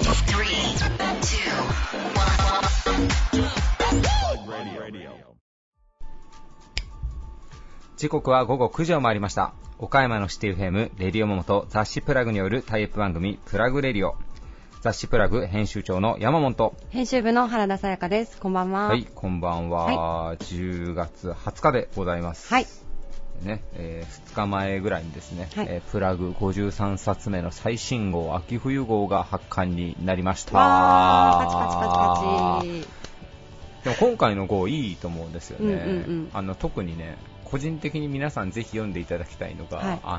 時刻は午後9時を回りました。岡山のシティ FM レディオモモと雑誌プラグによるタイアップ番組プラグレディオ。雑誌プラグ編集長の山本、 編集部の原田さやかです。こんばんは。 はい、こんばんは、はい、10月20日でございます。 はいね、2日前ぐらいにですね、 はい、 プラグ53冊目の最新号秋冬号が発刊になりました。 わー、パチパチパチパチ。 でも今回の号いいと思うんですよね、特にね、個人的に皆さんぜひ読んでいただきたいのが、はい、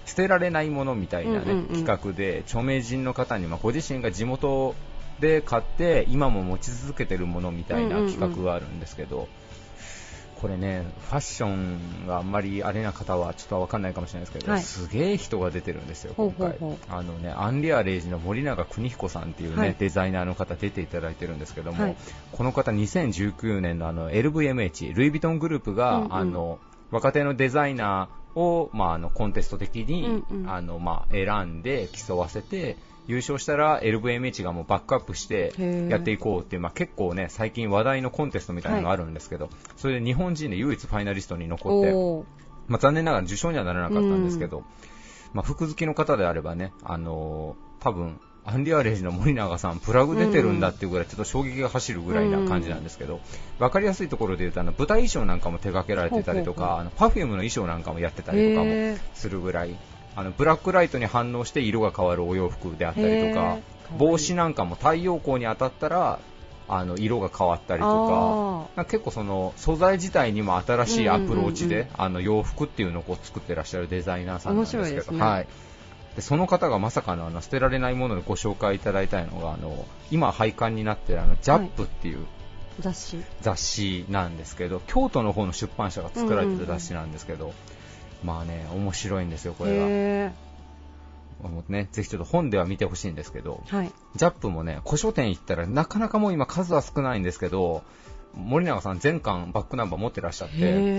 捨てられないものみたいな、ね、企画で著名人の方に、ご自身が地元で買って今も持ち続けてるものみたいな企画があるんですけど、これね、ファッションがあんまりあれな方はちょっと分かんないかもしれないですけど、はい、すげえ人が出てるんですよ今回。アンリアレイジの森永邦彦さんっていう、ね、はい、デザイナーの方出ていただいてるんですけども、はい、この方2019年のLVMH ルイ・ヴィトングループが、若手のデザイナーを、コンテスト的に、選んで競わせて優勝したら LVMH がもうバックアップしてやっていこうっていう、結構ね最近話題のコンテストみたいなのがあるんですけど、はい、それで日本人で唯一ファイナリストに残って、残念ながら受賞にはならなかったんですけど、服好きの方であればね、多分アンリアレイジの森永さんプラグ出てるんだっていうぐらいちょっと衝撃が走るぐらいな感じなんですけど、分かりやすいところで言うと舞台衣装なんかも手掛けられてたりとか、Perfume の衣装なんかもやってたりとかもするぐらい、ブラックライトに反応して色が変わるお洋服であったりとか、帽子なんかも太陽光に当たったら色が変わったりとか、結構その素材自体にも新しいアプローチで、洋服っていうのを作ってらっしゃるデザイナーさんなんですけど、面白いですね。はい、でその方がまさかの捨てられないものでご紹介いただいたいのが今廃刊になっているジャップっていう、はい、雑誌なんですけど、京都の方の出版社が作られてた雑誌なんですけど、面白いんですよこれが。ね、ぜひちょっと本では見てほしいんですけど、はい、ジャップもね古書店行ったらなかなかもう今数は少ないんですけど、森永さん全巻バックナンバー持ってらっしゃって、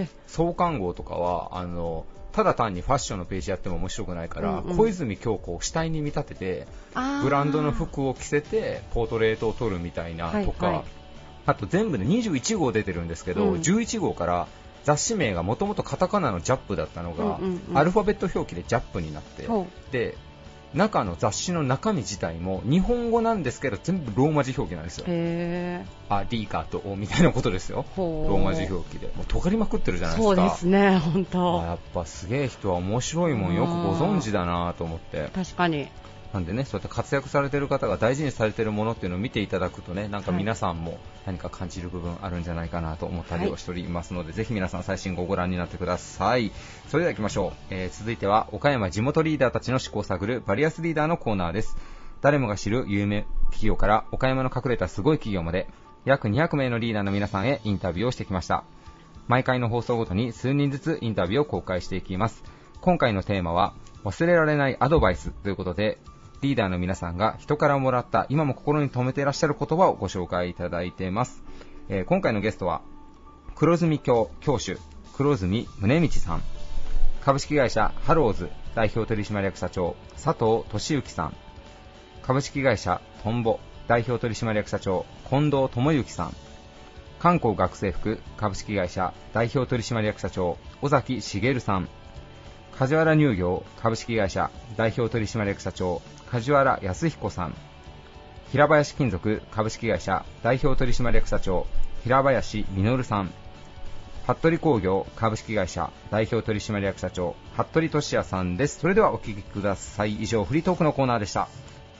創刊号とかはただ単にファッションのページやっても面白くないから、小泉京子を主体に見立ててブランドの服を着せてポートレートを撮るみたいなとか、あと全部で21号出てるんですけど、11号から雑誌名がもともとカタカナのジャップだったのが、アルファベット表記でジャップになって、で中の雑誌の中身自体も日本語なんですけど全部ローマ字表記なんですよ。D かと O みたいなことですよ。ローマ字表記でもう尖りまくってるじゃないですか。 そうですね、本当。 やっぱすげえ人は面白いもんよくご存知だなと思って。 確かに。 なんでね、そうやって活躍されている方が大事にされているものっていうのを見ていただくとね、なんか皆さんも何か感じる部分あるんじゃないかなと思ったりをしておりますので、ぜひ皆さん最新号をご覧になってください。それでは行きましょう。続いては岡山地元リーダーたちの思考を探るバリアスリーダーのコーナーです。誰もが知る有名企業から岡山の隠れたすごい企業まで約200名のリーダーの皆さんへインタビューをしてきました。毎回の放送ごとに数人ずつインタビューを公開していきます。今回のテーマは忘れられないアドバイスということで、リーダーの皆さんが人からもらった今も心に留めていらっしゃる言葉をご紹介いただいています。今回のゲストは黒住教主黒住宗道さん、株式会社ハローズ代表取締役社長佐藤俊之さん、株式会社トンボ代表取締役社長近藤智之さん、観光学生服株式会社代表取締役社長尾崎茂さん、梶原乳業株式会社代表取締役社長梶原康彦さん、平林金属株式会社代表取締役社長平林実さん、服部工業株式会社代表取締役社長服部俊也さんです。それではお聞きください。以上フリートークのコーナーでした。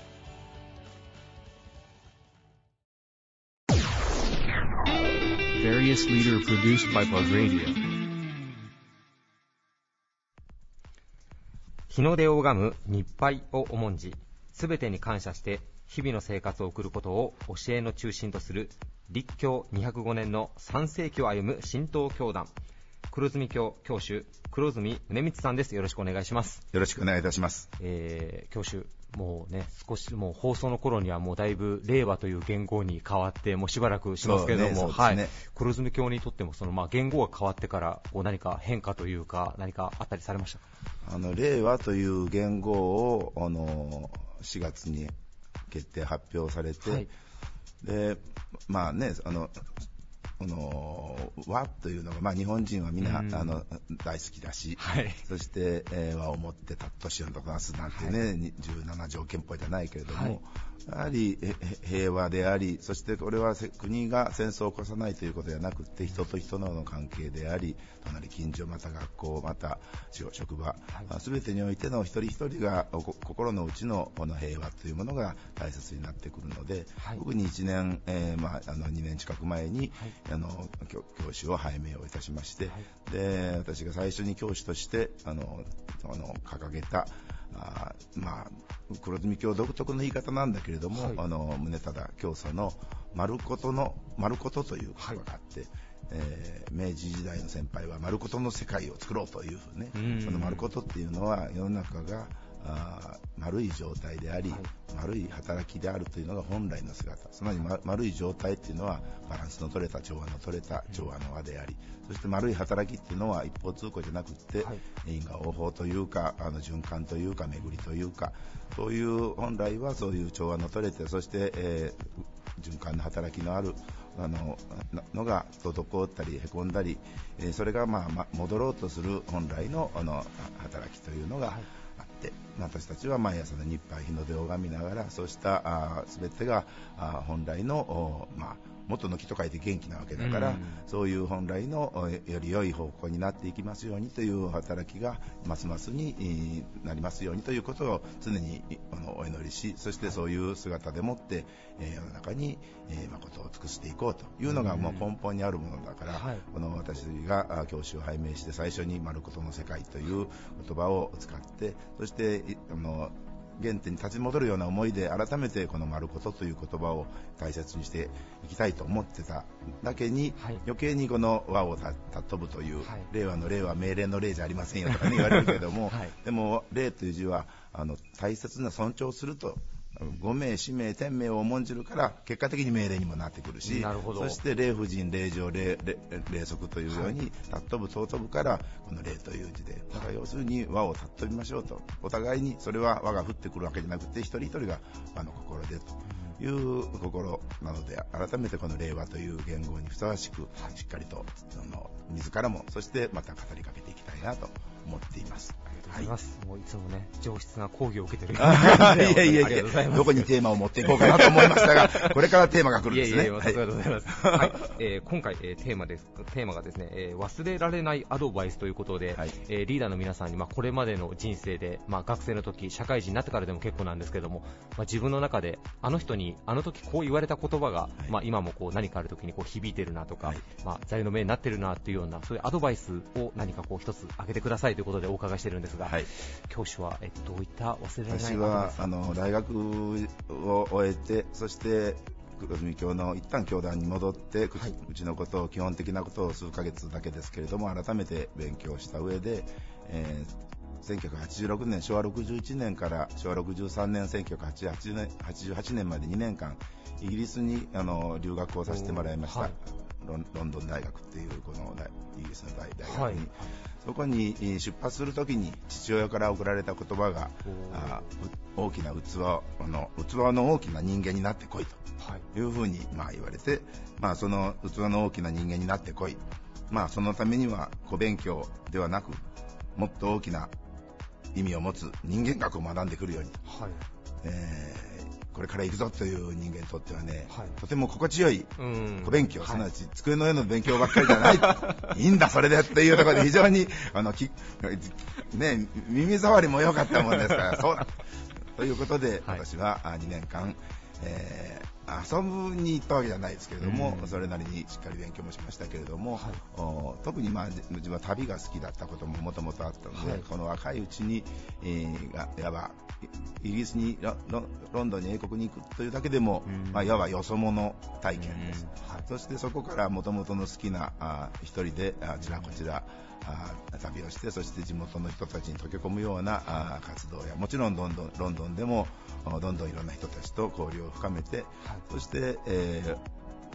日の出を拝む日拝を重んじ、すべてに感謝して日々の生活を送ることを教えの中心とする立教205年の3世紀を歩む神道教団、黒住教教主黒住宗光さんです。よろしくお願いします。 よろしくお願いいたします。 教主、もうね、少しもう放送の頃にはもうだいぶ令和という言語に変わってもうしばらくしますけれども、はい、黒住教にとってもその言語が変わってから何か変化というか何かあったりされましたか？ 令和という言語を4月に決定発表されて、でまあね和というのが、日本人はみんな、大好きだし、そして、和をもって年を伸ばすなんてね、17条憲法じゃないけれども、やはり平和であり、そしてこれは国が戦争を起こさないということではなくて、人と人の関係であり、隣近所、また学校、また職場、全てにおいての一人一人が心の内のこの平和というものが大切になってくるので、特に1年、2年近く前に、教師を拝命をいたしまして、で私が最初に教師として掲げた黒住教独特の言い方なんだけれども、宗忠教祖の丸ことという言葉があって、明治時代の先輩は丸ことの世界を作ろうというふうね、その丸ことっていうのは世の中が丸い状態であり、丸い働きであるというのが本来の姿、つまり丸い状態っていうのはバランスの取れた調和の取れた調和の和であり、そして丸い働きっていうのは一方通行じゃなくて、因果応報というか循環というか巡りというか、そういう本来はそういう調和の取れて、そして、循環の働きのあるのが滞ったりへこんだり、それが戻ろうとする本来の働きというのがあって、私たちは毎朝の日配日の出を拝みながら、そうした全てが本来の元の木と書いて元気なわけだから、そういう本来のより良い方向になっていきますようにという働きがますますになりますようにということを常にお祈りし、そしてそういう姿でもって世の中に誠を尽くしていこうというのがもう根本にあるものだから、この私が教師を拝命して最初に丸ことの世界という言葉を使って、そして原点に立ち戻るような思いで改めてこの丸ことという言葉を大切にしていきたいと思ってただけに、余計にこの和を尊ぶという、令和の令は命令の令じゃありませんよとか、言われるけれども、でも令という字は大切な尊重すると、御命使命天命を重んじるから結果的に命令にもなってくるし、そして礼不尽礼上礼則というように尊ぶ尊ぶからこの礼という字で、だから要するに和を尊びましょうと、お互いにそれは和が降ってくるわけじゃなくて一人一人が和の心でという心なので、改めてこの令和という言語にふさわしくしっかりと自らもそしてまた語りかけていきたいなと思っています。 ありがとうございます。もういつもね上質な講義を受けてるいやどこにテーマを持っていこうかなと思いましたがこれからテーマが来るんですね。 ありがとうございます。今回テーマがですね、忘れられないアドバイスということで、リーダーの皆さんにこれまでの人生で、学生の時社会人になってからでも結構なんですけども、自分の中であの人にあの時こう言われた言葉が、今も何かある時に響いてるなとか、座右の銘になってるなというような、そういうアドバイスを何か一つ挙げてくださいということでお伺いしてるんですが、教師はどういった忘れられないアドバイス？ 私は大学を終えて、そして黒住教の一旦教団に戻って、うちのことを基本的なことを数ヶ月だけですけれども改めて勉強した上で、1986年昭和61年から昭和63年1988年まで2年間イギリスに留学をさせてもらいました。ロンドン大学っていうこのイギリスの大学に、そこに出発するときに父親から贈られた言葉が、大きな器の大きな人間になってこいというふうに言われて、その器の大きな人間になってこい、そのためには小勉強ではなくもっと大きな意味を持つ人間学を学んでくるようにと、これから行くぞという人間にとってはね、とても心地よい小勉強、すなわち机の上の勉強ばっかりじゃないいいんだそれでっていうところで非常に耳障りも良かったもんですからそうだということで、私は2年間、遊ぶに行ったわけじゃないですけれども、それなりにしっかり勉強もしましたけれども、特に自分は旅が好きだったことももともとあったので、この若いうちに、いわばイギリスにロンドンに英国に行くというだけでも、いわばよそ者体験です。そしてそこからもともとの好きな一人であちらこちら旅をして、そして地元の人たちに溶け込むような活動や、もちろんロンドンでもどんどんいろんな人たちと交流を深めて、そして、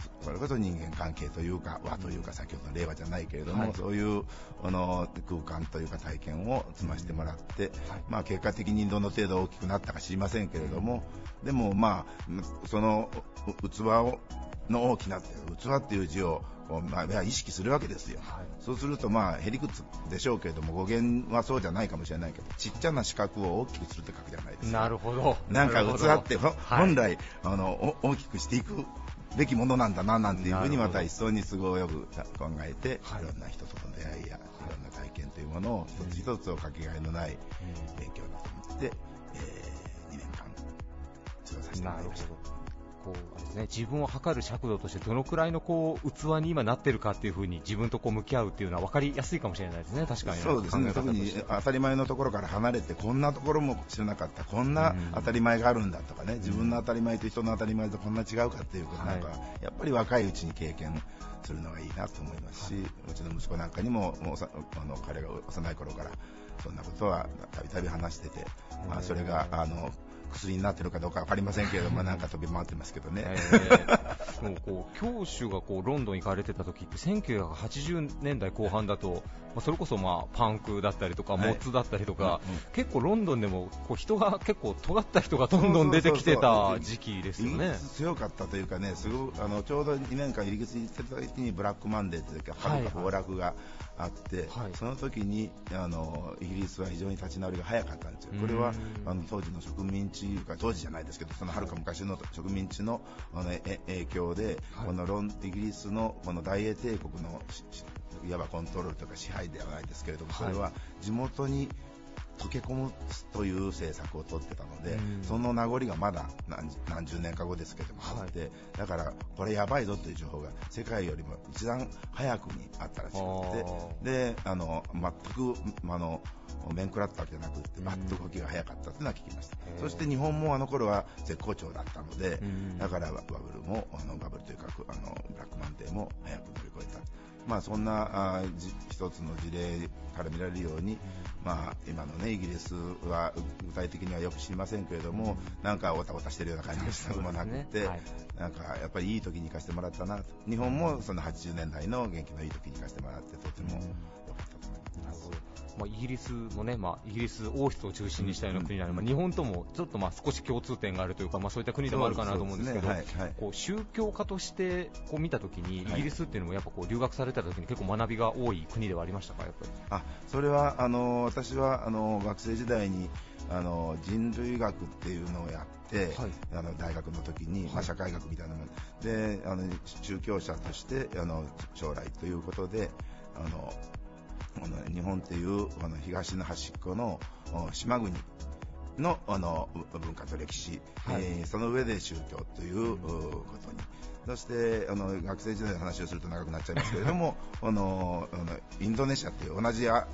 それこそ人間関係というか和というか先ほどの令和じゃないけれども、そういう空間というか体験を積ませてもらって、結果的にどの程度大きくなったか知りませんけれども、でもその器の大きな器っていう字を意識するわけですよ、そうするとへりくつでしょうけれども、語源はそうじゃないかもしれないけど、ちっちゃな四角を大きくするって書くじゃないですか。 なるほど。 なんか器って本来大きくしていくべきものなんだななんていうふうにまた一層に都合よく考えて、いろんな人との出会いやいろんな体験というものを一つ一つをかけがえのない勉強だと思って、2年間過ごさせてもらいました。 自分を測る尺度としてどのくらいの器に今なっているかっていう風に自分と向き合うっていうのは分かりやすいかもしれないですね。確かにそうですね。特に当たり前のところから離れて、こんなところも知らなかった、こんな当たり前があるんだとかね、自分の当たり前と人の当たり前とこんな違うかっていうことなんか、やっぱり若いうちに経験するのがいいなと思いますし、うちの息子なんかにも彼が幼い頃からそんなことはたびたび話してて、それが薬になってるかどうか分かりませんけれども、なんか飛び回ってますけどね。 教主がロンドン行かれてた時って1980年代後半だと、それこそパンクだったりとかモッツだったりとか、結構ロンドンでも人が結構尖った人がどんどん出てきてた時期ですよね。 強かったというかね、ちょうど2年間入り口に行ってた時にブラックマンデーというか春か暴落があって、その時にイギリスは非常に立ち直りが早かったんですよ。これは当時の植民地当時じゃないですけど、その遥か昔の植民地の影響で、このイギリスのこの大英帝国のいわばコントロールとか支配ではないですけれども、それは地元に溶け込むという政策を取ってたので、その名残がまだ何十年か後ですけどもあって、だからこれやばいぞという情報が世界よりも一段早くにあったらしくて、で全く面食らったわけじゃなくて、全く動きが早かったというのは聞きました。そして日本もあの頃は絶好調だったので、だからバブルもバブルというかブラックマンデーも早く乗り越えた。そんな一つの事例から見られるように、今のイギリスは具体的にはよく知りませんけれども、なんかおたおたしてるような感じがしたのもなくて、なんかやっぱりいい時に行かせてもらったなと。日本もその80年代の元気のいい時に行かせてもらってとても良かったと思います。 イギリスもね、イギリス王室を中心にしたような国なので、日本ともちょっと少し共通点があるというか、そういった国でもあるかなと思うんですけど、宗教家として見たときに、イギリスっていうのもやっぱ留学されたときに結構学びが多い国ではありましたか？やっぱり。 それは私は学生時代に人類学っていうのをやって、大学の時に、社会学みたいなもので宗教者として将来ということで日本っていう東の端っこの島国の文化と歴史、その上で宗教ということに、そして学生時代の話をすると長くなっちゃいますけれどもインドネシアっていう同じア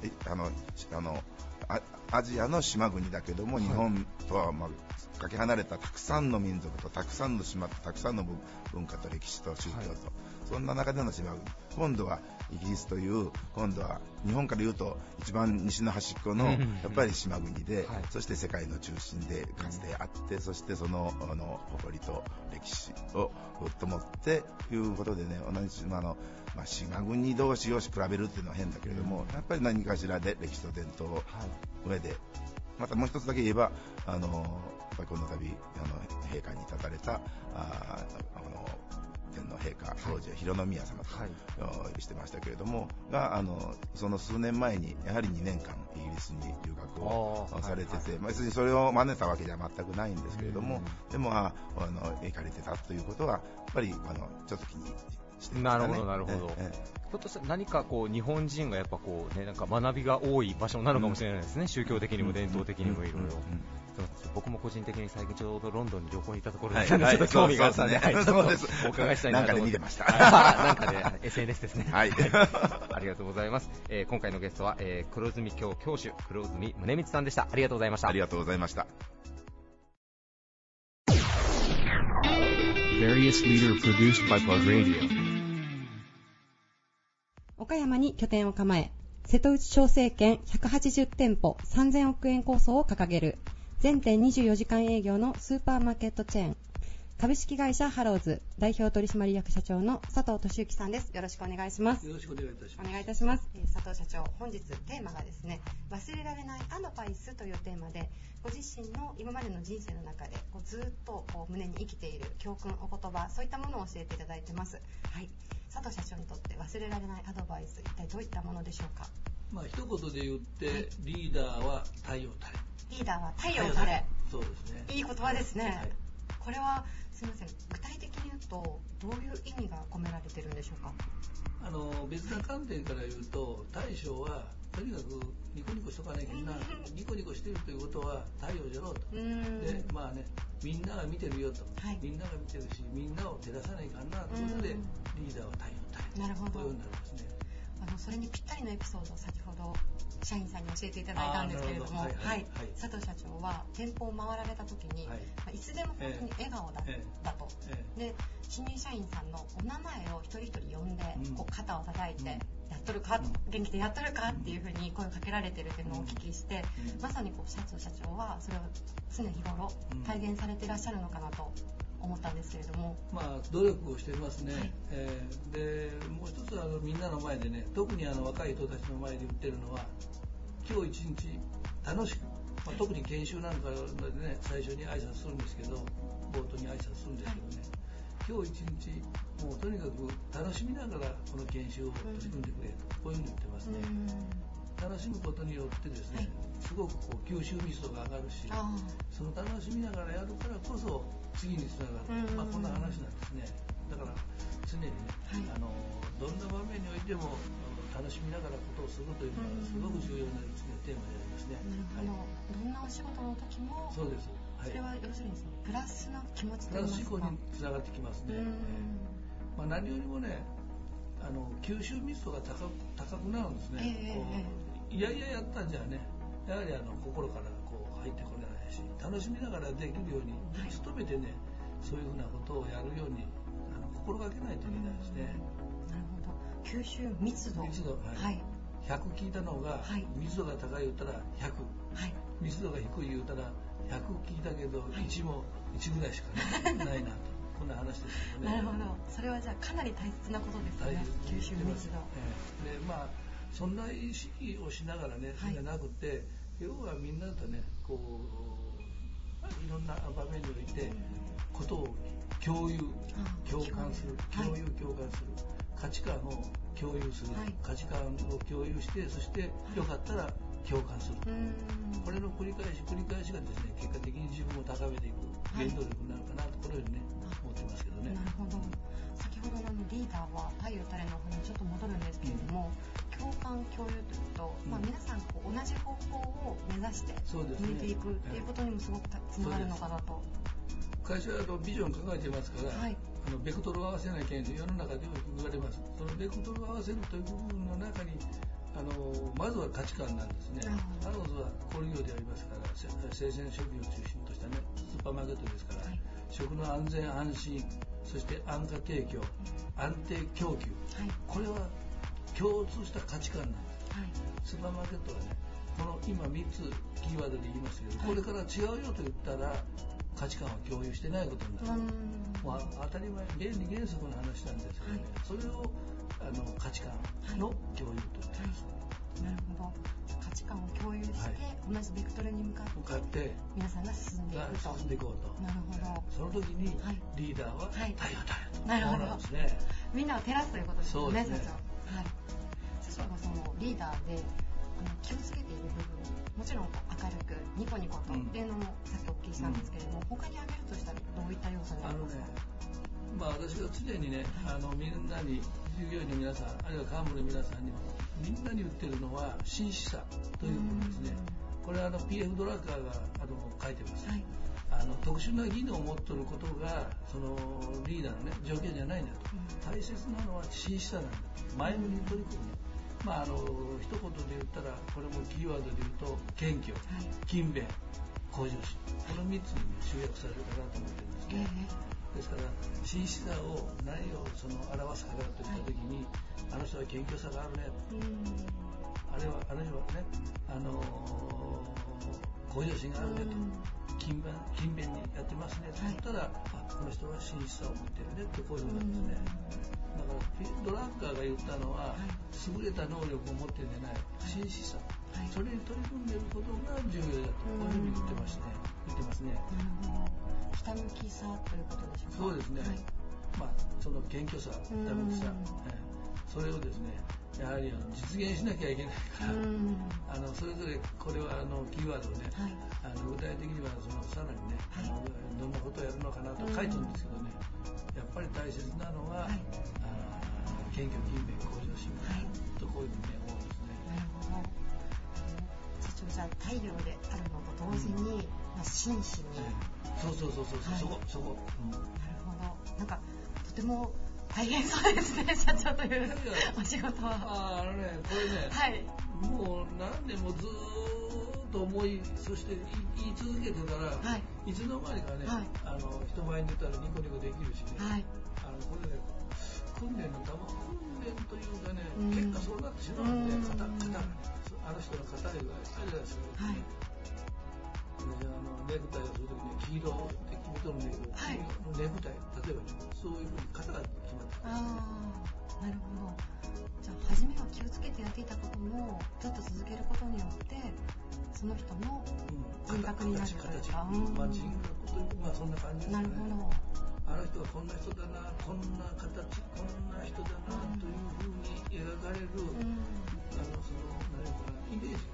ジアの島国だけども、日本とはかけ離れたたくさんの民族とたくさんの島とたくさんの文化と歴史と宗教と、そんな中での島国、今度はイギリスという今度は日本から言うと一番西の端っこのやっぱり島国で、そして世界の中心でかつてあって、そしてその誇りと歴史をぐっと持ってということでね、同じ島の島国同士を比べるっていうのは変だけれども、やっぱり何かしらで歴史と伝統を上で、またもう一つだけ言えばやっぱりこの度陛下に立たれた天皇陛下、当時は浩宮様としてましたけれどもがその数年前にやはり2年間イギリスに留学をされてて、別にそれを真似たわけでは全くないんですけれども、でも行かれてたということはやっぱりちょっと気にしてましたね。 なるほど。ひょっとしたら何か日本人がやっぱなんか学びが多い場所なのかもしれないですね。宗教的にも伝統的にもいろいろ。僕も個人的に最近ちょうどロンドンに旅行に行ったところで、ちょっと興味があったので、お伺いしたいなと思って。なんかで見てました。なんかで SNS ですね。ありがとうございます。今回のゲストは黒住教教主黒住宗光さんでした。ありがとうございました。 ありがとうございました。 岡山に拠点を構え、瀬戸内小生圏180店舗3000億円構想を掲げる全店24時間営業のスーパーマーケットチェーン株式会社ハローズ代表取締役社長の佐藤俊之さんです。よろしくお願いします。 よろしくお願いいたします。 お願いいたします。佐藤社長、本日テーマがですね、忘れられないアドバイスというテーマで、ご自身の今までの人生の中でずっと胸に生きている教訓、お言葉、そういったものを教えていただいてます。はい、佐藤社長にとって忘れられないアドバイス、一体どういったものでしょうか。 一言で言って、はい、リーダーは太陽たれ。 リーダーは太陽たれ。 そうですね。 いい言葉ですね。 はい、 これはすみません、具体的に言うとどういう意味が込められているんでしょうか。 別な観点から言うと、大将はとにかくニコニコしとかなきゃいけない。ニコニコしてるということは太陽じゃろうと。で、みんなが見てるよと、はい、みんなが見てるし、みんなを照らさないかんなということで、リーダーは太陽たれ。 なるほど。 こういうようになりますね。 それにぴったりのエピソードを先ほど社員さんに教えていただいたんですけれども、佐藤社長は店舗を回られた時に、いつでも本当に笑顔だったと。で、新入社員さんのお名前を一人一人呼んで、肩を叩いて、やっとるか、元気でやっとるかっていうふうに声をかけられてるというのをお聞きして、まさに佐藤社長はそれを常日頃体現されていらっしゃるのかなと思ったんですけれども、 努力をしていますね。はい、でもう一つはみんなの前でね、特に若い人たちの前で言ってるのは、今日一日楽しく、特に研修なんかでね、最初に挨拶するんですけど、冒頭に挨拶するんですけどね、今日一日もうとにかく楽しみながらこの研修を取り組んでくれと、こういうふうに言ってますね。楽しむことによってですね、すごく吸収密度が上がるし、その楽しみながらやるからこそ次につながる、こんな話なんですね。だから常にね、どんな場面においても楽しみながらことをするというのはすごく重要なですね、テーマでありますね。 どんなお仕事の時もそうです。 それは要するにプラスの気持ちといいますか、 プラス思考につながってきますね。何よりもね、吸収密度が高くなるんですね。いやいややったんじゃね、やはり心から入ってこれないし、楽しみながらできるように努めてね、そういうふうなことをやるように心がけないといけないですね。 なるほど。吸収密度、 はい、100聞いたのが、密度が高い言ったら100、密度が低い言ったら100聞いたけど1も1ぐらいしかないなとこんな話ですけどね。 なるほど。それはじゃあかなり大切なことですね。吸収密度。 でそんな意識をしながらね、そうじゃなくて、要はみんなとね、いろんな場面においてことを共感する、価値観を共有する、価値観を共有して、そしてよかったら共感する、これの繰り返しがですね、結果的に自分を高めていく原動力になるかなと、このようにね、思ってますけどね。 なるほど。先ほどのリーダーは太陽たれの方にちょっと戻るんですけれども、共感共有というと、皆さん同じ方向を目指して向いていくっていうことにもすごくつながるのかなと。 会社はビジョン考えてますから、ベクトルを合わせないけんと世の中でよく言われます。そのベクトルを合わせるという部分の中にまずは価値観なんですね。ハローズは小売業でありますから、生鮮食品を中心としたね、スーパーマーケットですから、食の安全安心、そして安価提供、安定供給、これは共通した価値観なんです。スーパーマーケットはね、この今3つキーワードで言いましたけど、これから違うよと言ったら価値観を共有してないことになる。当たり前、原理原則の話なんですけどね、それを価値観の共有と言ってます。 なるほど。価値観を共有して、同じベクトルに向かって皆さんが進んでいくと。 進んでいこうと。 なるほど。 その時にリーダーは太陽だよ。 なるほど。 そうなんですね。 みんなを照らすということですね。 そうですね。 社長がそのリーダーで気をつけている部分、もちろん明るくニコニコとっていうのもさっきお聞きしたんですけれども、他に挙げるとしたらどういった要素になりますか？ 私が常にね、みんなに、従業員の皆さん、あるいは幹部の皆さんにもみんなに言ってるのは真摯さということですね。これはPF ドラッカーが書いてます。特殊な技能を持っていることがそのリーダーのね条件じゃないんだと。大切なのは真摯さなんだ。前向きに取り組む。一言で言ったら、これもキーワードで言うと謙虚、勤勉、向上心、この3つに集約されるかなと思ってるんですけど、ですから真摯さを何を表すかといった時に、あの人は謙虚さがあるね、あるいはね、向上心があるねと、勤勉にやってますねと言ったら、 この人は真摯さを持っているねってこういうふうなんですね。だからドラッカーが言ったのは、優れた能力を持っているんじゃない真摯さ、それに取り組んでいることが重要だとこういうふうに言ってますね。 ひたむきさということでしょうか。 そうですね、その謙虚さ、ひたむきさ、それをですねやはり実現しなきゃいけないから、それぞれこれはキーワードをね、具体的にはさらにね、どんなことをやるのかなと書いてるんですけどね、やっぱり大切なのは、謙虚勤勉向上心とこういうふうにね思うんですね。 なるほど。社長、じゃあ太陽であるのと同時に、真摯に、 そこ、 なるほど。なんかとても大変そうですね、社長というお仕事は。 これね、もう何年もずっと思い、そして言い続けてたら、いつの間にかね、人前に出たらニコニコできるしね、これね、訓練というかね、結果そうなってしまうんで、型がね、あの人の型があるじゃないですか。ネクタイをするときに黄色って決めとるんだけど、黄色のネクタイ、例えばね、そういうふうに型が決まってる。 なるほど。じゃあ初めは気をつけてやっていたこともずっと続けることによってその人の人格になるというか、 人格というか、そんな感じですね。 なるほど。 あの人はこんな人だな、こんな形、こんな人だなというふうに描かれる、その何かイメージ、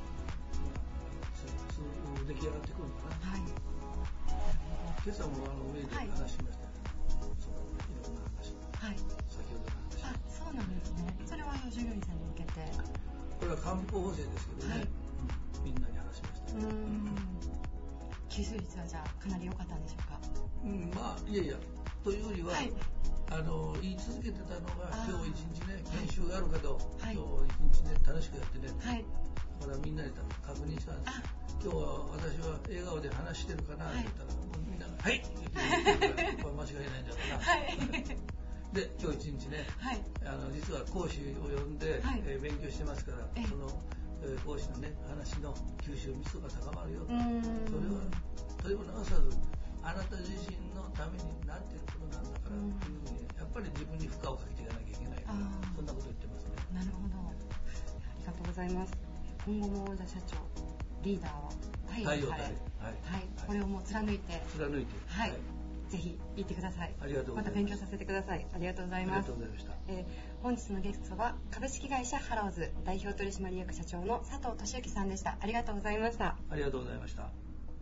そう出来上がってくるのかな。今朝もメールで話しましたね。いろんな話、先ほどの話。 そうなんですね。それは従業員さんに向けて。 これは漢方補正ですけどね、みんなに話しました。 吸収率はじゃあかなり良かったんでしょうか。 いやいやというよりは、言い続けてたのが今日一日ね研修があるかと、今日一日ね楽しくやってね、だからみんなで確認したんです。今日は私は笑顔で話してるかなって言ったら、みんなが「はい!」ってこれ間違いないんだろうな。で今日一日ね、実は講師を呼んで、勉強してますから、その講師のね話の吸収密度が高まるよと。それはとても直さずあなた自身のためになっていることなんだからというふうに、やっぱり自分に負荷をかけていかなきゃいけないから、そんなこと言ってますね。 なるほど。ありがとうございます。今後も社長リーダーは太陽で、これをもう貫いて、ぜひ行ってください。 ありがとうございます。 また勉強させてください。ありがとうございます。 ありがとうございました。 本日のゲストは株式会社ハローズ代表取締役社長の佐藤俊之さんでした。ありがとうございました。 ありがとうございました。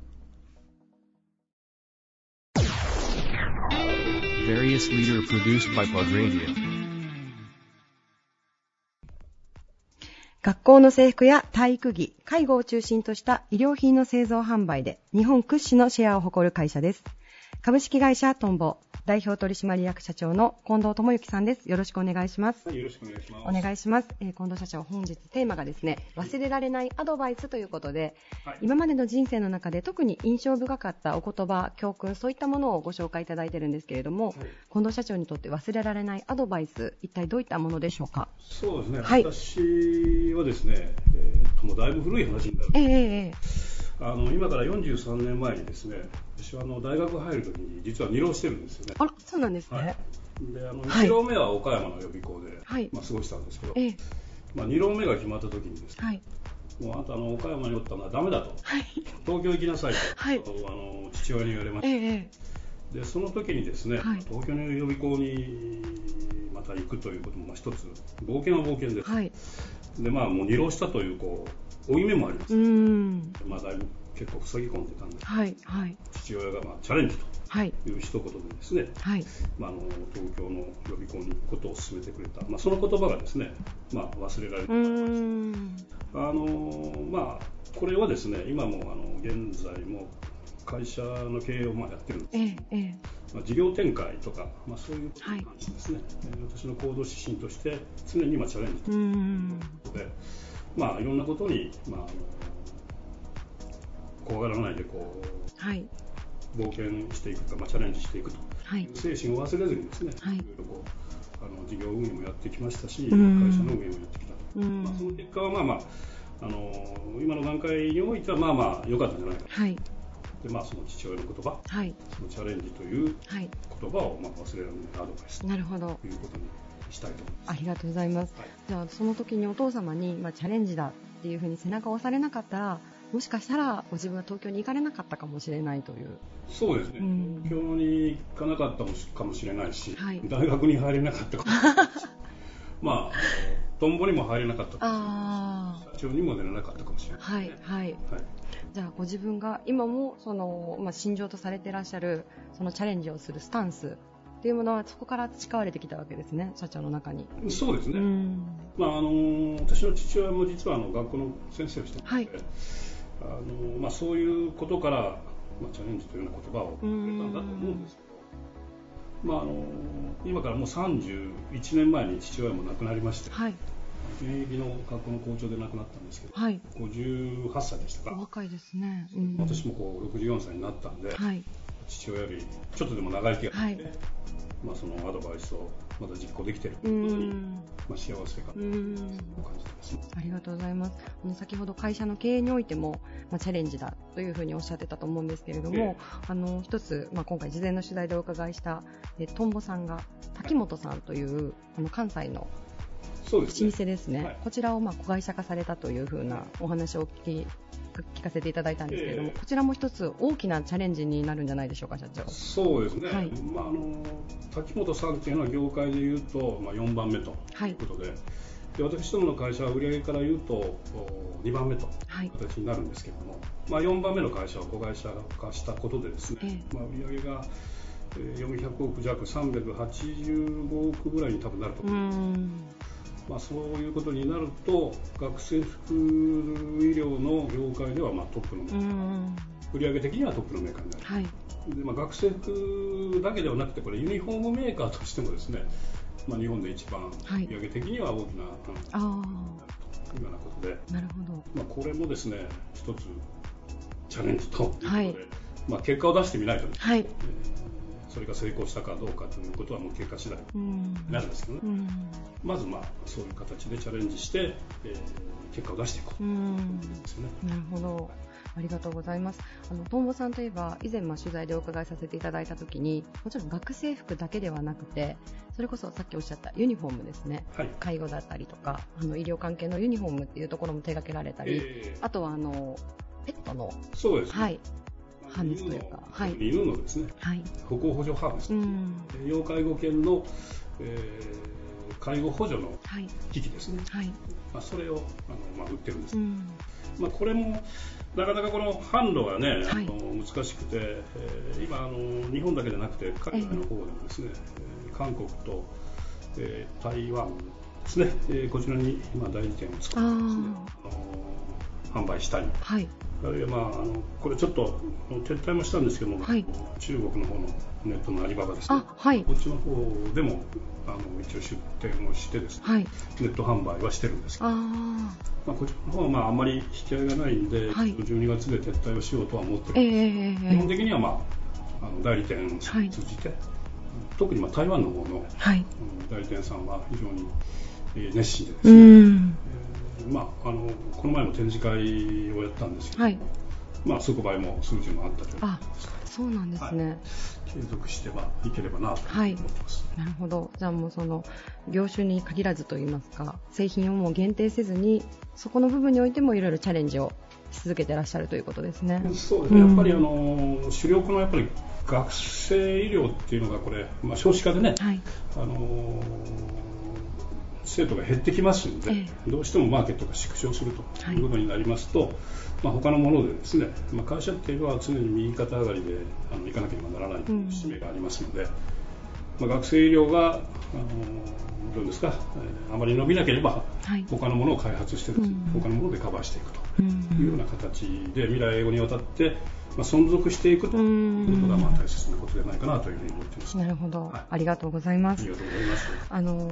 Various leader produced by Plug Radio。 学校の制服や体育着、介護を中心とした医療品の製造販売で日本屈指のシェアを誇る会社です。株式会社トンボ代表取締役社長の近藤智之さんです。よろしくお願いします。 よろしくお願いします。 お願いします。近藤社長、本日テーマがですね、忘れられないアドバイスということで、今までの人生の中で特に印象深かったお言葉、教訓、そういったものをご紹介いただいているんですけれども、近藤社長にとって忘れられないアドバイス、一体どういったものでしょうか。 そうですね、私はですね、もうだいぶ古い話になる。今から43年前にですね、私は大学入るときに実は2浪してるんですよね。 そうなんですね。 で1浪目は岡山の予備校で、過ごしたんですけど、2浪目が決まったときにですね、もうあんた岡山におったのはダメだと、東京行きなさいと、父親に言われました。でその時にですね、東京の予備校にまた行くということも一つ冒険は冒険です。でもう2浪したという負い目もあります。だいぶ結構塞ぎ込んでたんですけど、父親がチャレンジという一言でですね、東京の予備校に行くことを勧めてくれた、その言葉がですね、忘れられてます。これはですね、今も現在も会社の経営をやってるんですけど、事業展開とか、そういう感じですね。私の行動指針として常にチャレンジということで、いろんなことに、怖がらないで冒険していくか、チャレンジしていくという精神を忘れずにですね、いろいろ事業運営もやってきましたし、会社の運営もやってきたと。その結果は今の段階においては良かったんじゃないかと。 でその父親の言葉、 はい、 そのチャレンジという言葉を忘れられないアドバイスということにしたいと思います。 ありがとうございます。はい、じゃあその時にお父様に、チャレンジだっていうふうに背中を押されなかったら、もしかしたらご自分は東京に行かれなかったかもしれないという。 そうですね、東京に行かなかったかもしれないし、はい、大学に入れなかったかもしれないしトンボにも入れなかったかもしれないし、社長にも出れなかったかもしれない、 はいはい、じゃあご自分が今も信条とされていらっしゃるそのチャレンジをするスタンスっていうものはそこから培われてきたわけですね、社長の中に。 そうですね、私の父親も実は学校の先生をしていまして、はい、そういうことから、チャレンジというような言葉をくれたんだと思うんですけど、今からもう31年前に父親も亡くなりまして、はい、現役の学校の校長で亡くなったんですけど、はい、58歳でしたか。 若いですね、 私も64歳になったんで、はい、父親よりちょっとでも長生きができて、はい、そのアドバイスをまだ実行できているということに、幸せかなと感じてます。 ありがとうございます。先ほど会社の経営においても、チャレンジだというふうにおっしゃってたと思うんですけれども、一つ、今回事前の取材でお伺いしたトンボさんが滝本さんという関西の老舗ですね、はい、こちらを子会社化されたというふうなお話を聞かせていただいたんですけれども、こちらも一つ大きなチャレンジになるんじゃないでしょうか、社長。 そうですね、はい、滝本さんというのは業界でいうと、4番目ということで、で私どもの会社は売上からいうと2番目という形になるんですけれども、4番目の会社を子会社化したことでですね、売上が400億弱385億ぐらいに多分なると思います。そういうことになると学生服医療の業界ではトップのメーカー、売上的にはトップのメーカーになる、はい、で学生服だけではなくてこれユニフォームメーカーとしてもですね、日本で一番売上的には大きな、というようなことで、 なるほど、 これもですね一つチャレンジということで、はい、結果を出してみないと、はい、それが成功したかどうかということはもう結果次第になるんですけどね、まずそういう形でチャレンジして、結果を出していこうということですね。 なるほど、ありがとうございます。トンボさんといえば以前取材でお伺いさせていただいたときに、もちろん学生服だけではなくて、それこそさっきおっしゃったユニフォームですね、はい、介護だったりとか医療関係のユニフォームっていうところも手掛けられたり、あとはペットの、 そうですね、 はい、ハーネスというか、 犬のですね、はい、歩行補助ハーネス、要介護犬の、介護補助の機器ですね、はい、それを売ってるんです、これもなかなかこの販路がね、はい、難しくて、今日本だけでなくて海外の方でもですね、韓国と、台湾ですね、こちらに今代理店を作ってですね、販売したり、はい、あるいはこれちょっと撤退もしたんですけども、はい、中国の方のネットのアリババですね、はい、こっちの方でも一応出店をしてですね、はい、ネット販売はしてるんですけど、こっちの方はあんまり引き合いがないんで、はい、12月で撤退をしようとは思ってるんですけど、基本的には代理店を通じて、特に台湾の方の、代理店さんは非常に熱心でですね、この前も展示会をやったんですけど、はい、即売も数字もあったということですから、 そうなんですね、はい、 継続していければなと思ってます、 なるほど。じゃあもうその業種に限らずといいますか、製品をもう限定せずにそこの部分においてもいろいろチャレンジをし続けていらっしゃるということですね。 そうですね、やっぱり主力のやっぱり学生医療っていうのがこれ、少子化でね、はい、生徒が減ってきますので、どうしてもマーケットが縮小するということになりますと、他のものでですね、会社っていうのは常に右肩上がりでいかなければならないという使命がありますので、学生医療がどうですか、あまり伸びなければ、他のものを開発してですね、他のものでカバーしていくというような形で未来永劫にわたって存続していくということが大切なことではないかなというふうに思っています。 なるほど、はい、ありがとうございます。 ありがとうございます。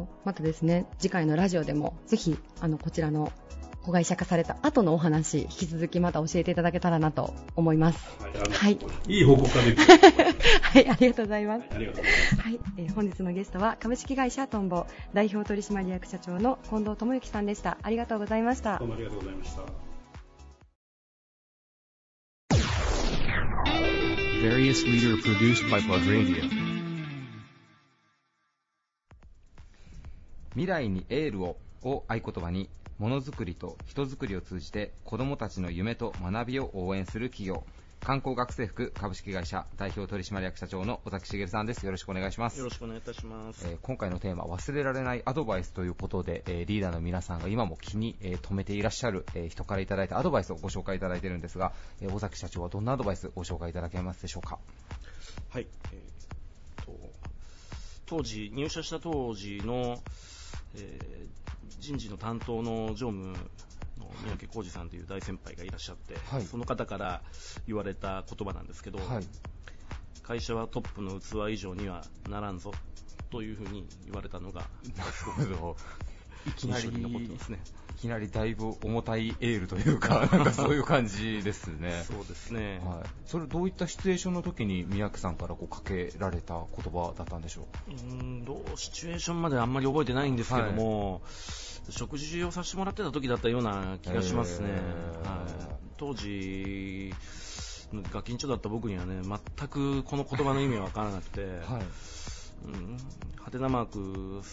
またですね、次回のラジオでもぜひこちらの子会社化された後のお話、引き続きまた教えていただけたらなと思います。 はい、いい報告ができるはい、ありがとうございます。 ありがとうございます。 はい、本日のゲストは株式会社トンボ代表取締役社長の近藤智之さんでした。ありがとうございました。 どうもありがとうございました。 Various leader produced by Plug Radio. 未来にエールを合言葉に、ものづくりと人づくりを通じて子どもたちの夢と学びを応援する企業、観光学生服株式会社代表取締役社長の尾崎茂さんです。よろしくお願いします。 よろしくお願いいたします。 今回のテーマ、忘れられないアドバイスということで、リーダーの皆さんが今も気に留めていらっしゃる、人からいただいたアドバイスをご紹介いただいているんですが、尾崎社長はどんなアドバイスご紹介いただけますでしょうか。 はい、入社した当時の、人事の担当の常務の三宅浩二さんという大先輩がいらっしゃって、はい、その方から言われた言葉なんですけど、はい、会社はトップの器以上にはならんぞというふうに言われたのがいきなり残ってますね。いきなりだいぶ重たいエールというか、なんかそういう感じですね。 そうですね、 はい、それどういったシチュエーションの時に三宅さんからかけられた言葉だったんでしょう。 シチュエーションまであんまり覚えてないんですけども、はい、食事をさせてもらってた時だったような気がしますね。はい、当時ガキンチョだった僕にはね、全くこの言葉の意味は分からなくて、はい、ハテナマーク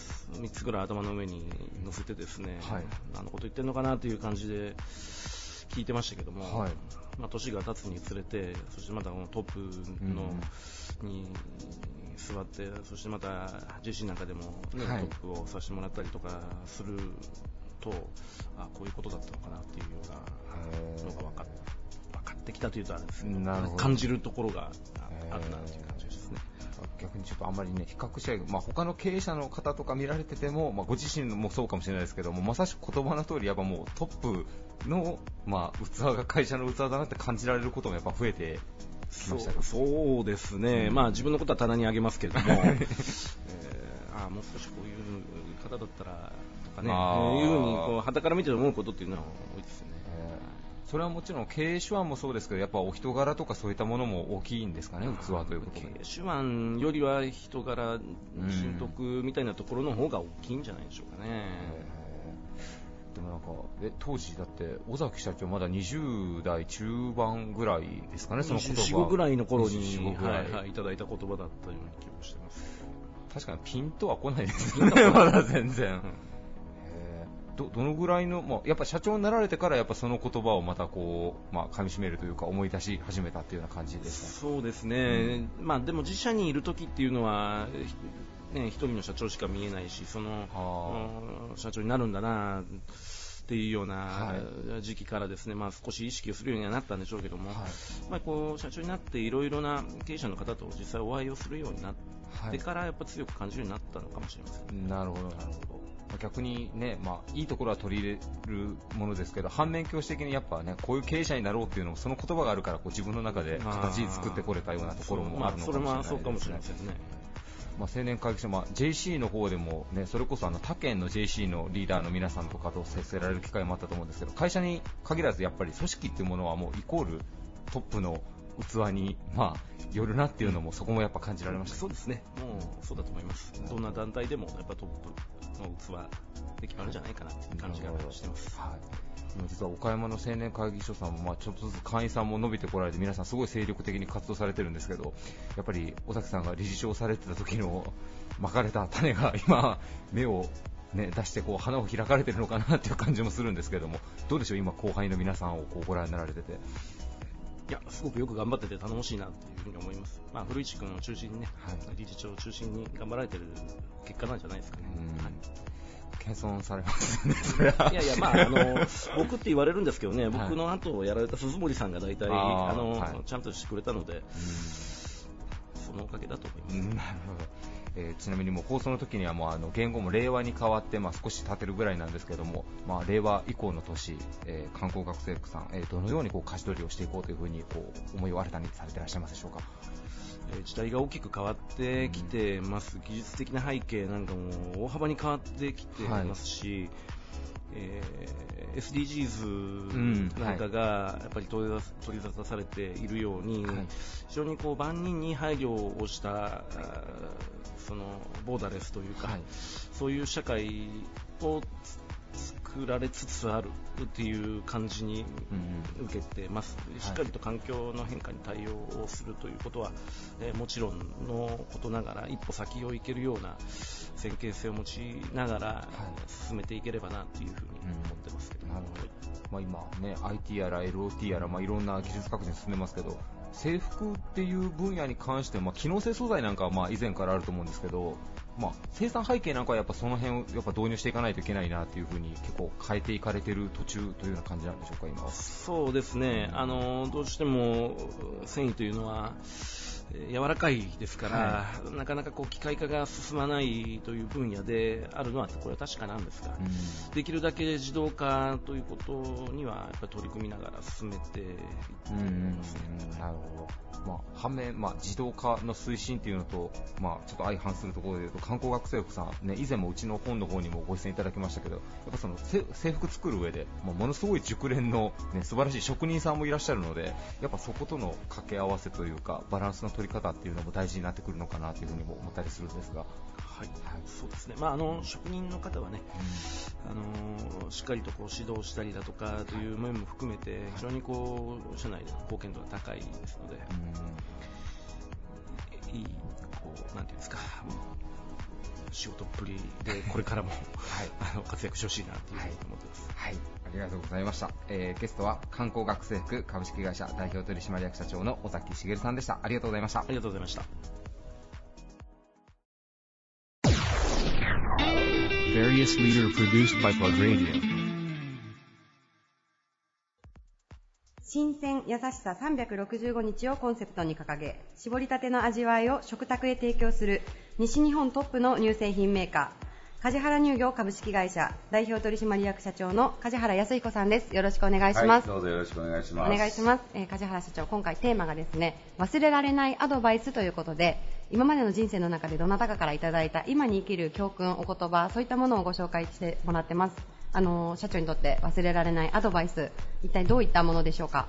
3つぐらい頭の上に乗せてですね、はい、何のこと言ってるのかなという感じで聞いてましたけども、はい、年が経つにつれて、そしてまたこのトップの、に座って、そしてまた JC なんかでも、ね、はい、トップをさせてもらったりとかすると、こういうことだったのかなっていうようなのが分かってきたというとあれですね、感じるところがあるなという感じですね。 逆にちょっとあんまりね、比較し合い、他の経営者の方とか見られてても、ご自身もそうかもしれないですけども、まさしく言葉の通り、やっぱもうトップの、器が会社の器だなって感じられることもやっぱ増えてきましたか。 そうですね、自分のことは棚にあげますけれども、もう少しこういう方だったらとかね、いうふうにこう傍から見て思うことっていうのは多いですよね。 それはもちろん経営手腕もそうですけど、やっぱお人柄とかそういったものも大きいんですかね、器ということで。 経営手腕よりは人柄、人徳みたいなところの方が大きいんじゃないでしょうかね。 でもなんか当時だって尾崎社長まだ20代中盤ぐらいですかね、その言葉 24、5ぐらいの頃に、いただいた言葉だったような気がしてます。 確かにピンとは来ないですねまだ全然。どのぐらいの、やっぱ社長になられてからやっぱその言葉をまたこう、噛み締めるというか思い出し始めたっていうような感じですか。そうですね、でも自社にいる時っていうのは、一人の社長しか見えないし、その社長になるんだなっていうような時期からですね、少し意識をするようにはなったんでしょうけども、こう社長になっていろいろな経営者の方と実際お会いをするようになってからやっぱ強く感じるようになったのかもしれません。 なるほどなるほど。逆にね、いいところは取り入れるものですけど、反面教師的にやっぱね、こういう経営者になろうっていうのもその言葉があるから、自分の中で形作ってこれたようなところもあるのかもしれないですね。 それもそうかもしれませんね。 青年会議所、JC の方でも、ね、それこそ他県の JC のリーダーの皆さんとかと接せられる機会もあったと思うんですけど、会社に限らずやっぱり組織っていうものはもうイコールトップの器によるなっていうのも、そこもやっぱ感じられました。 そうですね、もうそうだと思います。どんな団体でもやっぱトップの器で決まるんじゃないかなっていう感じがしてます。 実は岡山の青年会議所さんも、ちょっとずつ会員さんも伸びてこられて、皆さんすごい精力的に活動されてるんですけど、やっぱり尾崎さんが理事長されてた時のまかれた種が今芽を出して花を開かれてるのかなっていう感じもするんですけども、どうでしょう、今後輩の皆さんをご覧になられてて。 いや、すごくよく頑張ってて頼もしいなというふうに思います。古市君を中心にね、理事長を中心に頑張られてる結果なんじゃないですかね。 謙遜されますね、それは。いやいや、僕って言われるんですけどね、僕の後をやられた鈴森さんが大体ちゃんとしてくれたので、そのおかげだと思います。 なるほど。ちなみにもう放送の時にはもう言語も令和に変わって、少し経てるぐらいなんですけども、令和以降の年、観光学生服さん、どのように舵取りをしていこうというふうに思いを新たにされていらっしゃいますでしょうか。 時代が大きく変わってきてます。技術的な背景なんかも大幅に変わってきてますし、SDGs なんかがやっぱり取り沙汰されているように、非常に万人に配慮をしたそのボーダレスというか、そういう社会を作られつつあるっていう感じに受けてます。しっかりと環境の変化に対応をするということは、もちろんのことながら一歩先を行けるような先見性を持ちながら進めていければなというふうに思ってますけど、 今ね IT やら LOT やら、いろんな技術革新進んでますけど、制服っていう分野に関して、機能性素材なんかは以前からあると思うんですけど、生産背景なんかはやっぱその辺をやっぱ導入していかないといけないなというふうに結構変えていかれている途中というような感じなんでしょうか、今は。 そうですね、どうしても繊維というのは柔らかいですから、なかなか機械化が進まないという分野であるのはこれは確かなんですが、できるだけ自動化ということにはやっぱり取り組みながら進めていってますね。 なるほど。反面、自動化の推進というのと、ちょっと相反するところでいうと、観光学生服さん、以前もうちの本の方にもご出演いただきましたけど、やっぱその制服作る上で、ものすごい熟練の、素晴らしい職人さんもいらっしゃるので、やっぱそことの掛け合わせというかバランスの取り方っていうのも大事になってくるのかなというふうにも思ったりするんですが。 そうですね。職人の方はね、しっかりと指導したりだとかという面も含めて非常に社内での貢献度が高いですので、なんていうんですか、仕事っぷりでこれからも活躍してほしいなというふうに思ってます。 ありがとうございました。ゲストは観光学生服株式会社代表取締役社長の尾崎茂さんでした。ありがとうございました。 ありがとうございました。 Various leader produced by Plug Radio。 新鮮優しさ365日をコンセプトに掲げ、絞りたての味わいを食卓へ提供する西日本トップの乳製品メーカー、梶原乳業株式会社代表取締役社長の梶原康彦さんです。よろしくお願いします。 どうぞよろしくお願いします。 お願いします。梶原社長、今回テーマがですね、忘れられないアドバイスということで、今までの人生の中でどなたかからいただいた今に生きる教訓、お言葉、そういったものをご紹介してもらってます。社長にとって忘れられないアドバイス、一体どういったものでしょうか。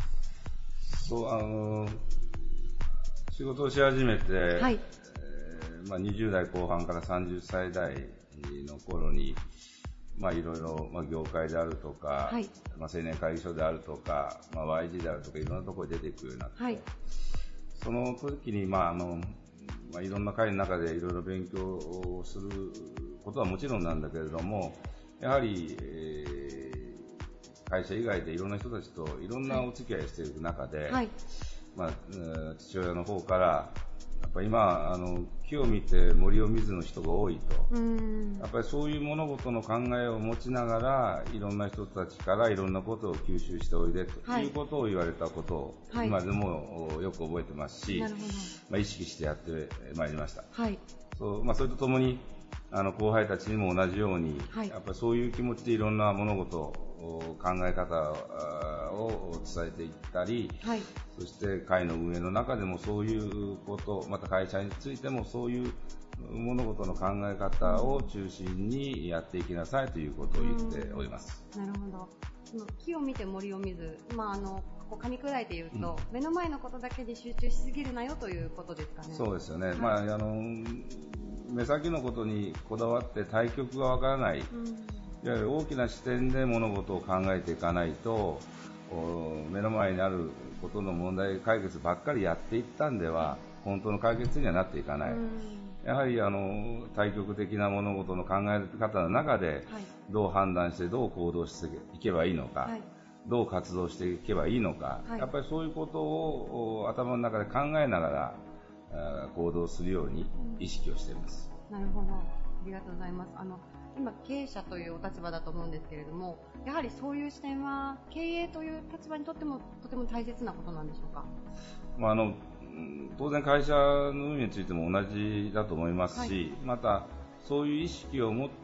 仕事をし始めて、20代後半から30歳代の頃に、いろいろ、業界であるとか、青年会議所であるとか、YG であるとか、いろんなところに出ていくようになって、その時に、いろんな会の中でいろいろ勉強をすることはもちろんなんだけれども、やはり、会社以外でいろんな人たちといろんなお付き合いをしている中で、父親の方から、やっぱ今木を見て森を見ずの人が多いと、やっぱりそういう物事の考えを持ちながらいろんな人たちからいろんなことを吸収しておいでということを言われたことを、今でもよく覚えてますし、意識してやってまいりました。それとともに後輩たちにも同じように、やっぱりそういう気持ちでいろんな物事考え方を伝えていったり、そして会の運営の中でもそういうこと、また会社についてもそういう物事の考え方を中心にやっていきなさいということを言っております。 なるほど。木を見て森を見ず、噛み砕いて言うと、目の前のことだけに集中しすぎるなよということですかね。 そうですよね。目先のことにこだわって対極がわからない、いわゆる大きな視点で物事を考えていかないと、目の前にあることの問題解決ばっかりやっていったんでは本当の解決にはなっていかない。やはり対極的な物事の考え方の中で、どう判断してどう行動していけばいいのか、どう活動していけばいいのか、やっぱりそういうことを頭の中で考えながら行動するように意識をしています。 なるほど、ありがとうございます。今経営者というお立場だと思うんですけれども、やはりそういう視点は経営という立場にとってもとても大切なことなんでしょうか。 当然会社の運営についても同じだと思いますし、またそういう意識を持って、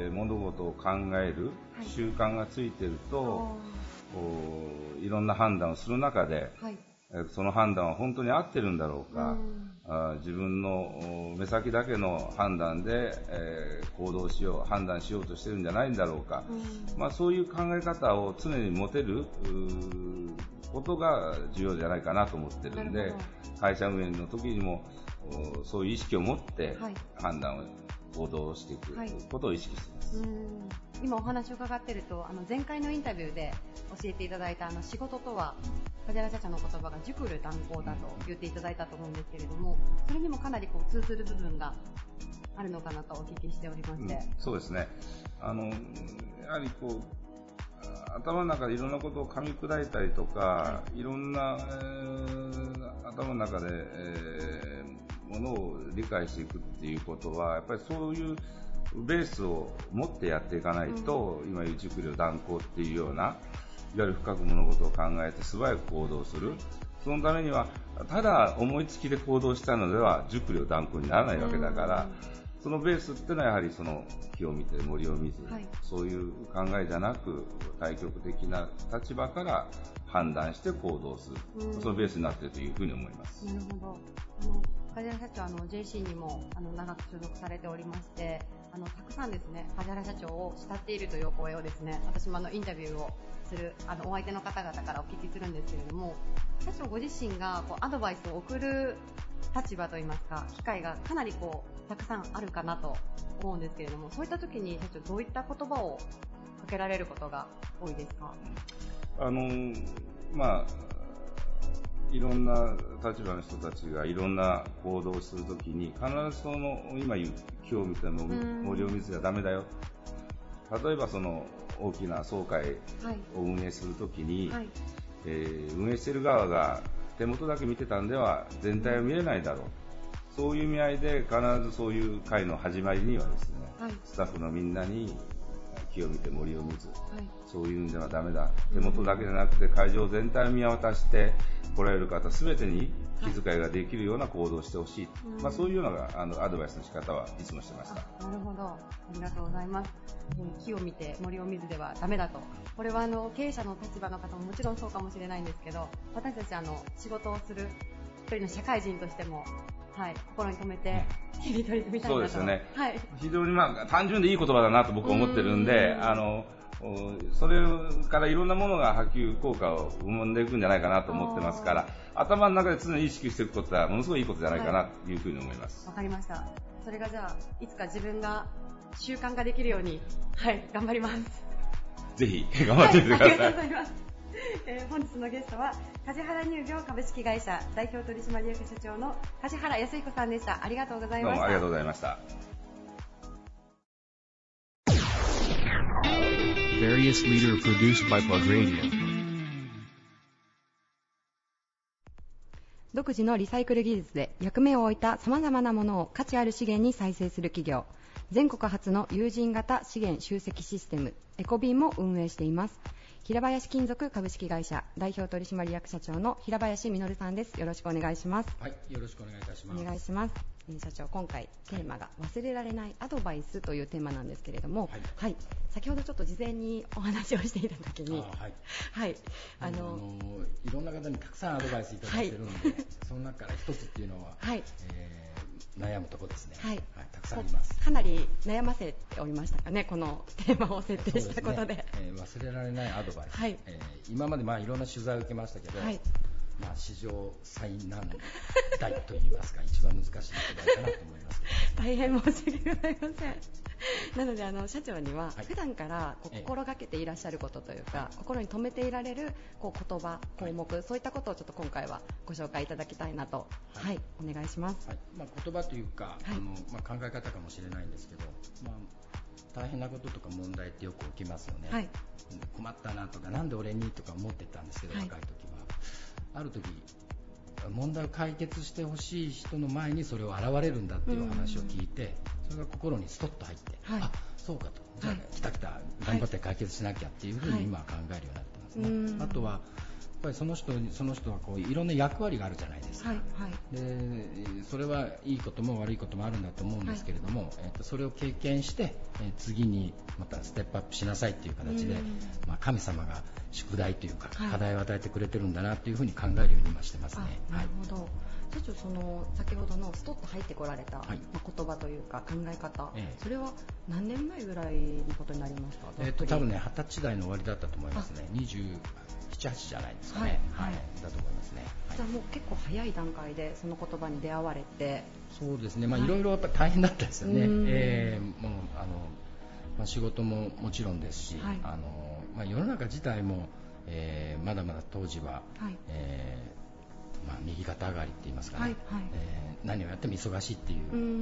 物事を考える習慣がついていると、いろんな判断をする中で、 その判断は本当に合ってるんだろうか、自分の目先だけの判断で、行動しよう、判断しようとしてるんじゃないんだろうか、そういう考え方を常に持てることが重要じゃないかなと思ってるんで、会社運営の時にもそういう意識を持って判断を行動していくことを意識しています。 今お話を伺っていると、前回のインタビューで教えていただいた仕事とは、梶原社長の言葉が熟慮断行だと言っていただいたと思うんですけれども、それにもかなり通ずる部分があるのかなとお聞きしておりまして。 そうですね。やはり頭の中でいろんなことを噛み砕いたりとか、いろんな、頭の中で、ものを理解していくっていうことは、やっぱりそういうベースを持ってやっていかないと、今言う熟慮断行っていうような、いわゆる深く物事を考えて素早く行動する。そのためには、ただ思いつきで行動したのでは熟慮断行にならないわけだから、そのベースっていうのはやはりその木を見て森を見ず、そういう考えじゃなく対極的な立場から判断して行動する、そのベースになっているというふうに思います。 なるほど。梶原社長、JC にも長く所属されておりまして、たくさんですね、梶原社長を慕っているというお声をですね、私もインタビューをするお相手の方々からお聞きするんですけれども、社長ご自身がアドバイスを送る立場といいますか、機会がかなりたくさんあるかなと思うんですけれども、そういった時に社長どういった言葉をかけられることが多いですか？ いろんな立場の人たちがいろんな行動をするときに、必ずその今言う木を見て森を見ずじゃダメだよ。例えばその大きな総会を運営するときに、運営している側が手元だけ見てたんでは全体を見れないだろう。そういう意味合いで必ずそういう会の始まりにはですね、スタッフのみんなに木を見て森を見ず、そういうんではダメだ。手元だけじゃなくて会場全体を見渡して来られる方全てに気遣いができるような行動をしてほしい、そういうようなアドバイスの仕方はいつもしてました。 なるほど、ありがとうございます。木を見て森を見ずではダメだと。これは経営者の立場の方ももちろんそうかもしれないんですけど、私たち仕事をする一人の社会人としても、心に留めて日々取り組みたいなと。 そうですよね。非常に単純でいい言葉だなと僕は思ってるんで、それからいろんなものが波及効果を生んでいくんじゃないかなと思ってますから、頭の中で常に意識していくことはものすごいいいことじゃないかなというふうに思います。 わかりました。それがじゃあいつか自分が習慣化できるように、頑張ります。 ぜひ頑張ってみてください。 ありがとうございます。本日のゲストは梶原乳業株式会社代表取締役社長の梶原康彦さんでした。ありがとうございました。 どうもありがとうございました。 Various Leader produced by Plug Radio。 独自のリサイクル技術で役目を置いた様々なものを価値ある資源に再生する企業、全国初の有人型資源集積システムエコビーも運営しています。平林金属株式会社代表取締役社長の平林実さんです。よろしくお願いします。 はい、よろしくお願いいたします。 お願いします。社長、今回テーマが忘れられないアドバイスというテーマなんですけれども、先ほどちょっと事前にお話をしていた時に、 いろんな方にたくさんアドバイスいただいてるので、その中から一つっていうのは、悩むところですね。たくさんあります。 かなり悩ませておりましたかね、このテーマを設定したことで。 忘れられないアドバイス。今までいろんな取材を受けましたけど、史上最難題といいますか、一番難しい問題かなと思います。 大変申し訳ございません。なので社長には普段から心がけていらっしゃることというか、心に留めていられる言葉、項目、そういったことをちょっと今回はご紹介いただきたいなと、お願いします。 言葉というか、考え方かもしれないんですけど、大変なこととか問題ってよく起きますよね。困ったなとか、なんで俺にとか思ってたんですけど、若い時はある時問題を解決してほしい人の前にそれを現れるんだっていう話を聞いて、それが心にストッと入って、あ、そうかと、じゃあ来た頑張って解決しなきゃっていうふうに今は考えるようになってますね。あとはぱりその人はこういろんな役割があるじゃないですか、はいはい、でそれはいいことも悪いこともあるんだと思うんですけれども、それを経験して、次にまたステップアップしなさいっていう形で、神様が宿題というか、課題を与えてくれてるんだなというふうに考えるように今してますね。 なるほど。社長、先ほどのストッと入ってこられた、言葉というか考え方、それは何年前ぐらいのことになりましたか？ 多分ね、20歳代の終わりだったと思いますね。27、8じゃないですかね。はい、だと思いますね。 じゃあもう結構早い段階でその言葉に出会われて。 そうですね。いろいろやっぱり大変だったですよね。もう仕事ももちろんですし、世の中自体も、まだまだ当時は、右肩上がりって言いますかね、何をやっても忙しいっていう、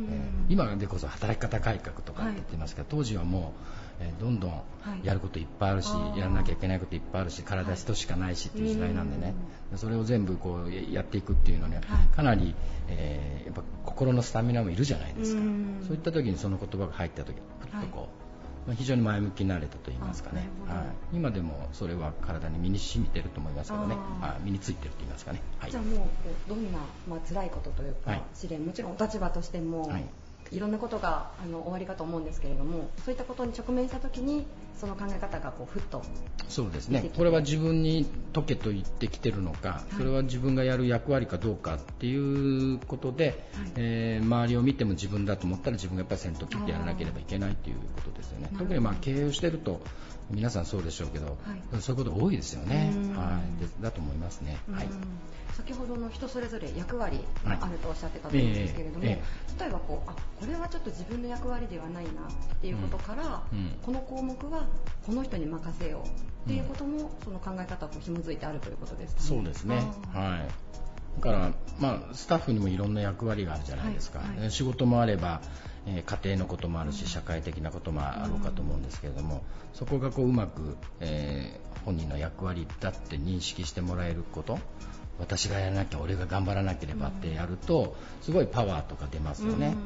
今でこそ働き方改革とかって言ってますけど、当時はもう、どんどんやることいっぱいあるし、やらなきゃいけないこといっぱいあるし、体一つしかないしっていう時代なんでね、それを全部こうやっていくっていうのにはかなり、やっぱ心のスタミナもいるじゃないですか。そういった時にその言葉が入った時、ふっとこう非常に前向きになれたと言いますかね、今でもそれは体に身に染みてると思いますけどね、身についてると言いますかね、 じゃあもうどんな、辛いことというか、試練、もちろんお立場としても、いろんなことが終わりかと思うんですけれども、そういったことに直面したときにその考え方がこうふっと。 そうですね、これは自分に解けと言ってきてるのか、それは自分がやる役割かどうかっていうことで、周りを見ても自分だと思ったら自分がやっぱり先頭切ってやらなければいけないっていうことですよね。特に経営をしてると皆さんそうでしょうけど、そういうこと多いですよね。だと思いますね。 先ほどの人それぞれ役割があるとおっしゃってたと思うんですけれども、例えばこれはちょっと自分の役割ではないなっていうことから、この項目はこの人に任せようっていうことも、その考え方と紐づいてあるということですかね。 そうですね。だからスタッフにもいろんな役割があるじゃないですか。仕事もあれば、家庭のこともあるし、社会的なこともあろうかと思うんですけれども、そこがうまく、本人の役割だって認識してもらえること、私がやらなきゃ、俺が頑張らなければってやると、すごいパワーとか出ますよね。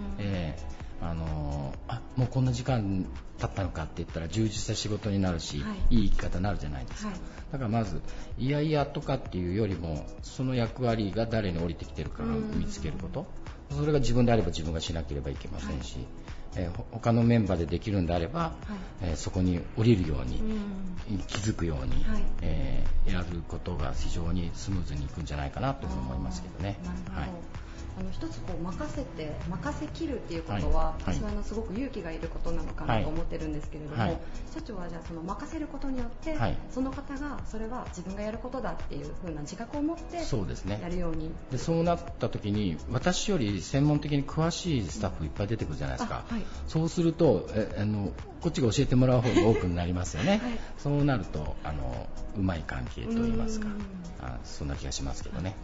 もうこんな時間経ったのかって言ったら充実した仕事になるし、いい生き方になるじゃないですか。だからまずいやいやとかっていうよりも、その役割が誰に降りてきてるかを見つけること、それが自分であれば自分がしなければいけませんし、他のメンバーでできるんであれば、そこに降りるように、気づくように、やることが非常にスムーズにいくんじゃないかなと思いますけどね。 一つ任せきるっていうことは、私はすごく勇気がいることなのかなと思ってるんですけれども、社長はじゃあその任せることによって、その方がそれは自分がやることだっていう風な自覚を持ってやるように。 そうなった時に、私より専門的に詳しいスタッフいっぱい出てくるじゃないですか。そうするとこっちが教えてもらう方が多くなりますよね。そうなるとうまい関係といいますか、そんな気がしますけどね。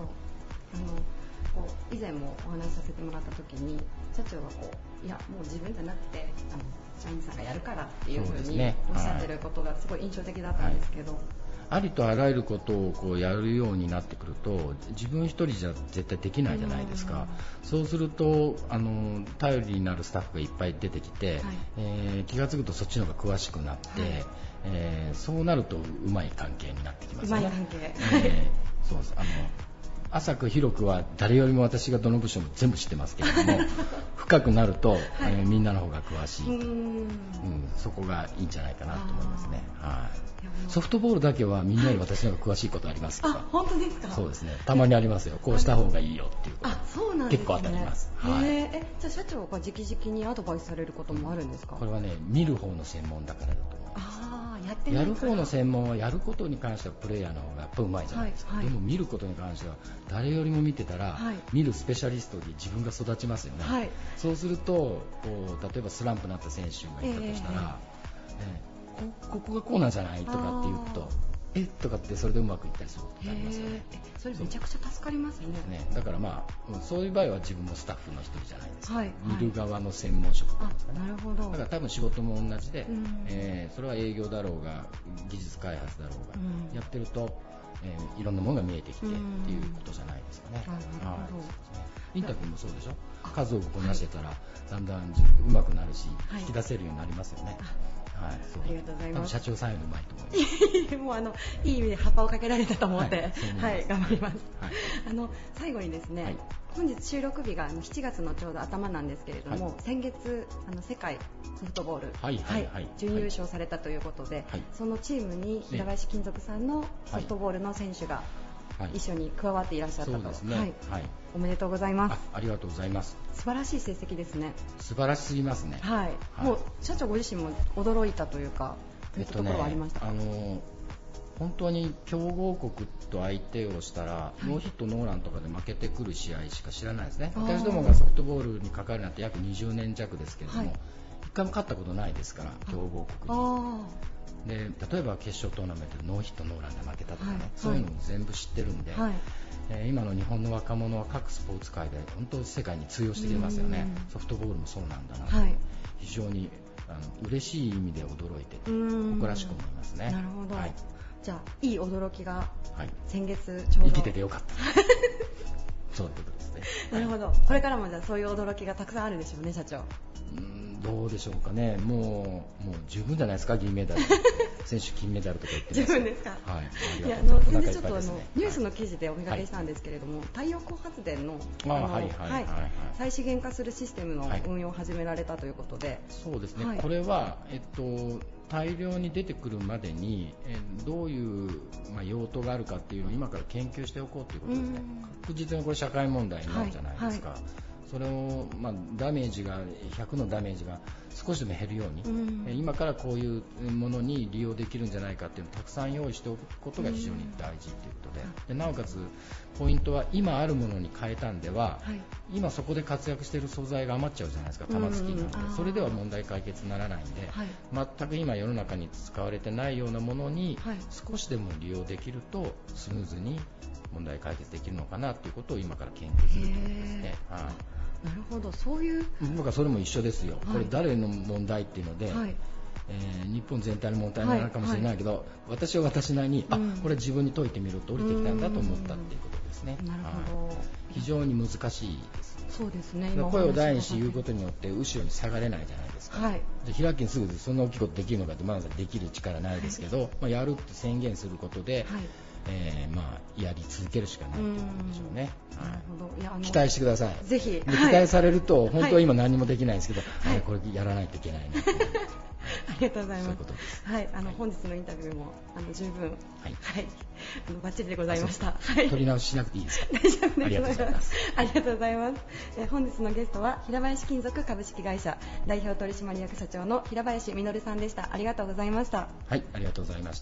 以前もお話しさせてもらった時に、社長はいやもう自分じゃなくて社員さんがやるからっていう風におっしゃってることがすごい印象的だったんですけど、 ありとあらゆることをやるようになってくると、自分一人じゃ絶対できないじゃないですか。そうすると頼りになるスタッフがいっぱい出てきて、気がつくとそっちの方が詳しくなって、そうなるとうまい関係になってきますね。 うまい関係。 そうです。浅く広くは誰よりも私がどの部署も全部知ってますけれども、深くなると、みんなの方が詳しい、そこがいいんじゃないかなと思いますね。ソフトボールだけはみんなより私の方が詳しいことありますけど。 本当ですか？ そうですね、たまにありますよ。こうした方がいいよっていうこと。 そうなんですね。 結構当たります。 じゃあ社長が直々にアドバイスされることもあるんですか？ これはね、見る方の専門だからだと思います。やる方の専門はやることに関してはプレイヤーの方がやっぱうまいじゃないですか。でも見ることに関しては誰よりも見てたら、見るスペシャリストに自分が育ちますよね。そうすると例えばスランプになった選手がいたとしたら、ここがこうなんじゃないとかって言うと、とかってそれでうまくいったりすることがありますよね。 それめちゃくちゃ助かりますね。 だからそういう場合は自分もスタッフの一人じゃないですか。見る側の専門職なんですかね。 なるほど。 だから多分仕事も同じで、それは営業だろうが技術開発だろうが、やってると、いろんなものが見えてきてっていうことじゃないですかね。インタビューもそうでしょ。数多くこなしてたら、だんだんうまくなるし、引き出せるようになりますよね。 はい、 ありがとうございます。 社長さんよりうまいと思います。 もういい意味で葉っぱをかけられたと思って、はい、頑張ります。はい、最後にですね、はい、本日収録日が7月のちょうど頭なんですけれども、はい、先月世界ソフトボール、はいはいはい、準優勝されたということで、はい、そのチームに平林金属さんのソフトボールの選手が一緒に加わっていらっしゃったと、そうですね、はいはい、おめでとうございます。 ありがとうございます。 素晴らしい成績ですね。 素晴らしすぎますね。 はい、はい、もう社長ご自身も驚いたというか、そういったところはありましたか？ 本当に強豪国と相手をしたら、はい、ノーヒットノーランとかで負けてくる試合しか知らないですね。私どもがソフトボールに関わるなんて約20年弱ですけれども、はい、一回も勝ったことないですから、強豪国に。で例えば決勝トーナメントでノーヒットノーランで負けたとかね、はい、そういうのも全部知ってるんで、はい、今の日本の若者は各スポーツ界で本当に世界に通用してきてますよね。ソフトボールもそうなんだなと、はい、非常に嬉しい意味で驚いてて誇らしく思いますね。 なるほど、 はい、 じゃあいい驚きが先月ちょうど、 生きててよかったそういうことですね。 なるほど、これからもじゃあそういう驚きがたくさんあるでしょうね、社長。 どうでしょうかね。もう十分じゃないですか。銀メダル選手金メダルとか言ってます。 十分ですか。 はい。 いや先日ちょっとニュースの記事でお見かけしたんですけれども、太陽光発電の再資源化するシステムの運用を始められたということで、 そうですね、はい、これは大量に出てくるまでにどういう、用途があるかっていうのを今から研究しておこうということですね。確実にこれ社会問題になるじゃないですか。はいはい、それを、ダメージが100のダメージが少しでも減るように、今からこういうものに利用できるんじゃないかっていうのをたくさん用意しておくことが非常に大事ということで、なおかつポイントは今あるものに変えたんでは、はい、今そこで活躍している素材が余っちゃうじゃないですか。玉突きなんで、それでは問題解決にならないんで、はい、全く今世の中に使われてないようなものに少しでも利用できるとスムーズに問題解決できるのかなということを今から研究するということですね。はい、 なるほど、そういう僕はそれも一緒ですよ。はい、これ誰の問題っていうので、はい、日本全体の問題になるかもしれないけど、はいはい、私は私なりに、これ自分に解いてみると降りてきたんだと思ったっていうことですね。 なるほど、 非常に難しいです。 そうですね。 声を大にして言うことによって後ろに下がれないじゃないですか。はい、で開きにすぐそんな大きいことできるのかってまだできる力ないですけど、やるって宣言することで、はい、やり続けるしかないということでしょうね。なるほど。いや期待してください。 ぜひ。 期待されると、本当は今何もできないんですけど、はい、これやらないといけないなありがとうございます。そういうことです。はい、本日のインタビューも十分、はい、はい、バッチリでございました。はい。 取り直ししなくていいですか。 大丈夫です。ありがとうございます。ありがとうございます。本日のゲストは平林金属株式会社代表取締役社長の平林実さんでした。ありがとうございました。 はい、ありがとうございました。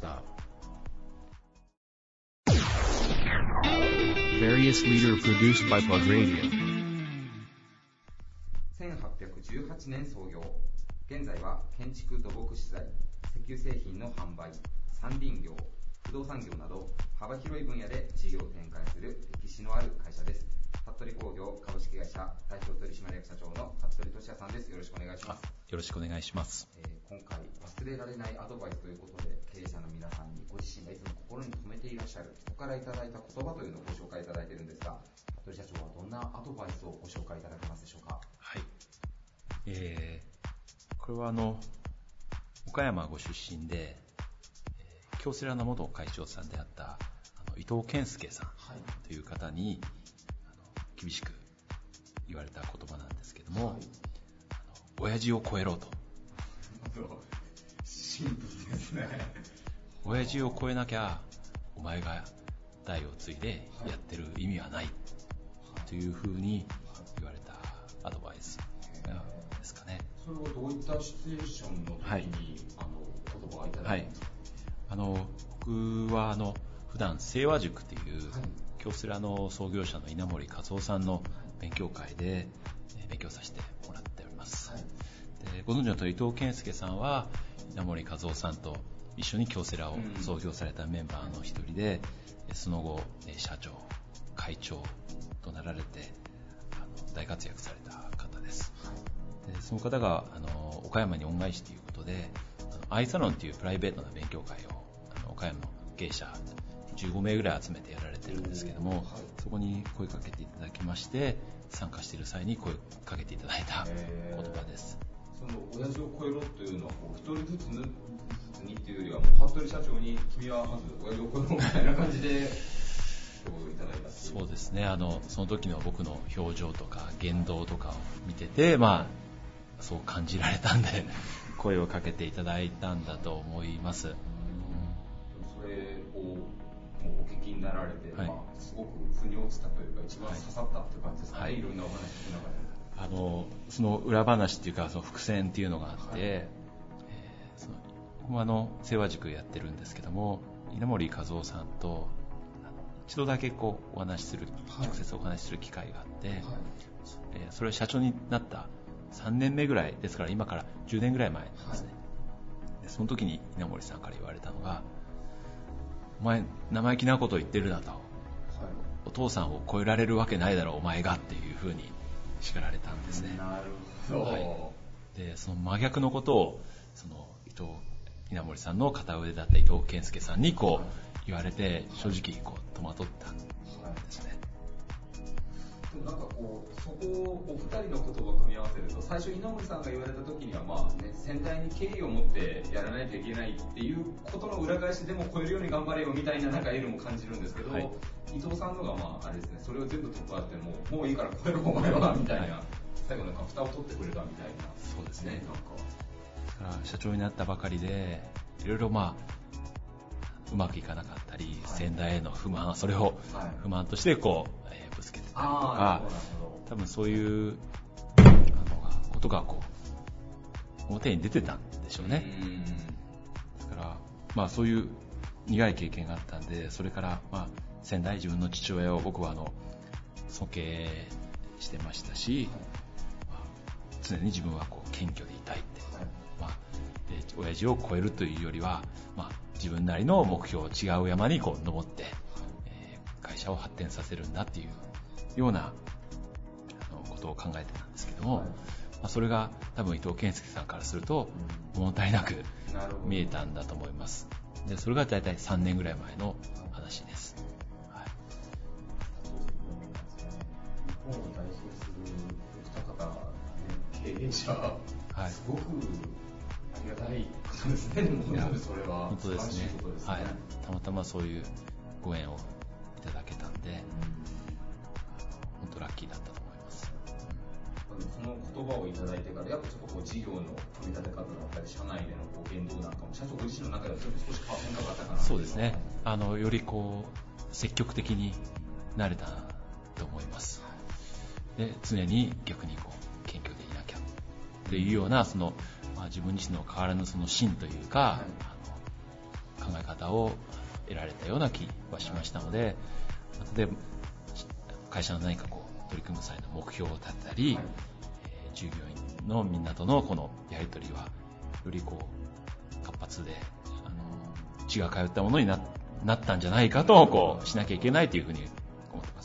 Various Leader produced by Plug Radio。 1818年創業。現在は建築土木資材、石油製品の販売、山林業、不動産業など幅広い分野で事業を展開する歴史のある会社です。服部工業株式会社代表取締役社長の服部俊也さんです。よろしくお願いします。 よろしくお願いします。 今回忘れられないアドバイスということで、経営者の皆さんにご自身がいつも心に留めていらっしゃる人からいただいた言葉というのをご紹介いただいているんですが、服部社長はどんなアドバイスをご紹介いただけますでしょうか。 はい、これは岡山ご出身で、京セラの元会長さんであった伊藤健介さんという方に、厳しく言われた言葉なんですけども、はい、親父を超えろと。 シンプルですね。 親父を超えなきゃお前が代を継いでやってる意味はないというふうに言われたアドバイスですかね。 それはどういったシチュエーションの時に、はい、言葉がいただいたんですか。 僕は普段清和塾という、京セラの創業者の稲森和夫さんの勉強会で勉強させてもらっております。はい、でご存知のとおり伊藤健介さんは稲森和夫さんと一緒に京セラを創業されたメンバーの一人で、その後社長会長となられて大活躍された方です。はい、でその方が岡山に恩返しということでアイサロンというプライベートな勉強会を岡山の経営者15名ぐらい集めてやられてるんですけども、はい、そこに声かけていただきまして、参加している際に声かけていただいた言葉です。 そその親父を超えろというのは一人ずつにっていうよりは、もう服部社長に君はまず親父を超えろみたいな感じでいただいた。 そうですね、その時の僕の表情とか言動とかを見てて、そう感じられたんで声をかけていただいたんだと思います。 それをもうお聞きになられて、すごく腑に落ちたというか一番刺さったっていう感じですかね、いろんなお話の中で。 その裏話っていうか、その伏線っていうのがあって、僕も清和塾やってるんですけども、稲森和夫さんと一度だけお話しする、直接お話しする機会があって、それは社長になった3年目ぐらいですから、今から10年ぐらい前ですね。でその時に稲森さんから言われたのが、お前生意気なことを言ってるなと、お父さんを超えられるわけないだろうお前がっていうふうに叱られたんですね。 なるほど。 でその真逆のことを稲森さんの片腕だった伊藤健介さんに言われて、正直戸惑ったんですね。 なんかそこをお二人の言葉を組み合わせると、最初稲森さんが言われた時には先代に敬意を持ってやらないといけないっていうことの裏返しでも超えるように頑張れよみたいなエールも感じるんですけど、伊藤さんのがあれですね、それを全部取っ払ってもういいから超えろお前はみたいな、最後蓋を取ってくれたみたいな。 そうですね。社長になったばかりでいろいろうまくいかなかったり、先代への不満、それを不満としてぶつけてたりとか、多分そういうことが表に出てたんでしょうね。だからそういう苦い経験があったんで、それから先代、自分の父親を僕は尊敬してましたし、常に自分は謙虚でいたいって、親父を超えるというよりは、自分なりの目標、違う山に登って、会社を発展させるんだっていうようなことを考えてたんですけども、それが多分伊藤健介さんからすると物足りなく見えたんだと思います。でそれが大体3年ぐらい前の話です。 日本を代表するお二方、経営者、すごくありがたいことですね。それは本当ですね。たまたまそういうご縁をいただけたんで、本当ラッキーだったと思います。 その言葉をいただいてから、やっぱちょっと事業の組み立て方だったり、社内での言動なんかも、社長ご自身の中ではちょっと少し変化があったかな。 そうですね。より積極的になれたと思います。で常に逆に謙虚でいなきゃっていうような自分自身の変わらぬ芯というか、考え方を得られたような気はしましたので、で会社の何か取り組む際の目標を立てたり、従業員のみんなとのやり取りはより活発で血が通ったものになったんじゃないかとしなきゃいけないというふうに思ってます。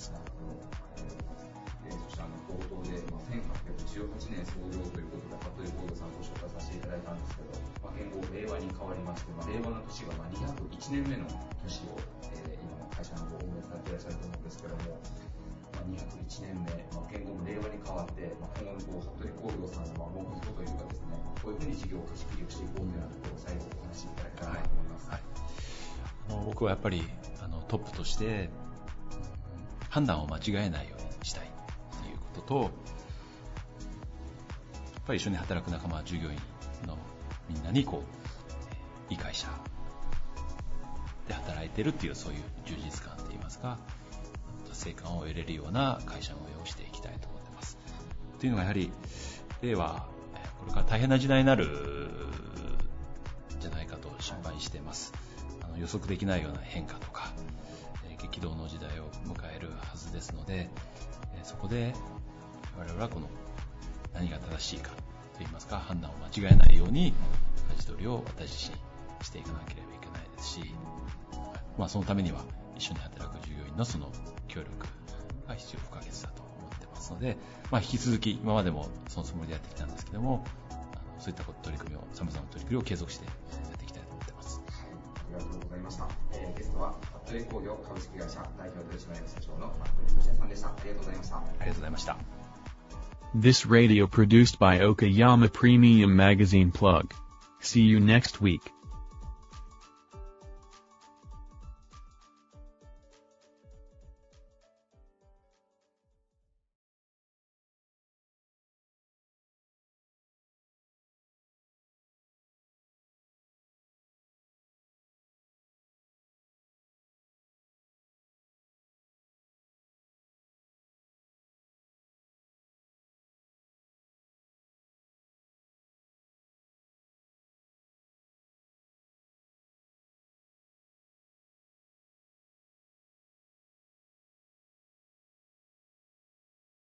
冒頭で1818年創業ということで服部幸三さんご紹介させていただいたんですけど、現後令和に変わりまして、令和の年が201年目の年を、今の会社の方を運営されていらっしゃると思うんですけども、201年目、現後も令和に変わって、今後の服部幸三さんの目標というかですね、こういうふうに事業を貸し切りをしていこうというようなところを最後お話しいただけたらなと思います。 僕はやっぱりトップとして判断を間違えないようにしたいということと、やっぱり一緒に働く仲間、従業員のみんなにいい会社で働いてるっていう、そういう充実感といいますか、達成感を得れるような会社運営をしていきたいと思ってます。というのがやはり令和これから大変な時代になるんじゃないかと心配しています。予測できないような変化とか、激動の時代を迎えるはずですので、そこで我々は何が正しいかといいますか、判断を間違えないように舵取りを私自身していかなければいけないですし、そのためには一緒に働く従業員の協力が必要不可欠だと思ってますので、引き続き今までもそのつもりでやってきたんですけども、そういった取り組みを、様々な取り組みを継続してやっていきたいと思ってます。 ありがとうございました。ゲストは服部工業株式会社代表取締役社長の服部俊也さんでした。ありがとうございました。 ありがとうございました。 This radio produced by Okayama Premium Magazine Plug. See you next week.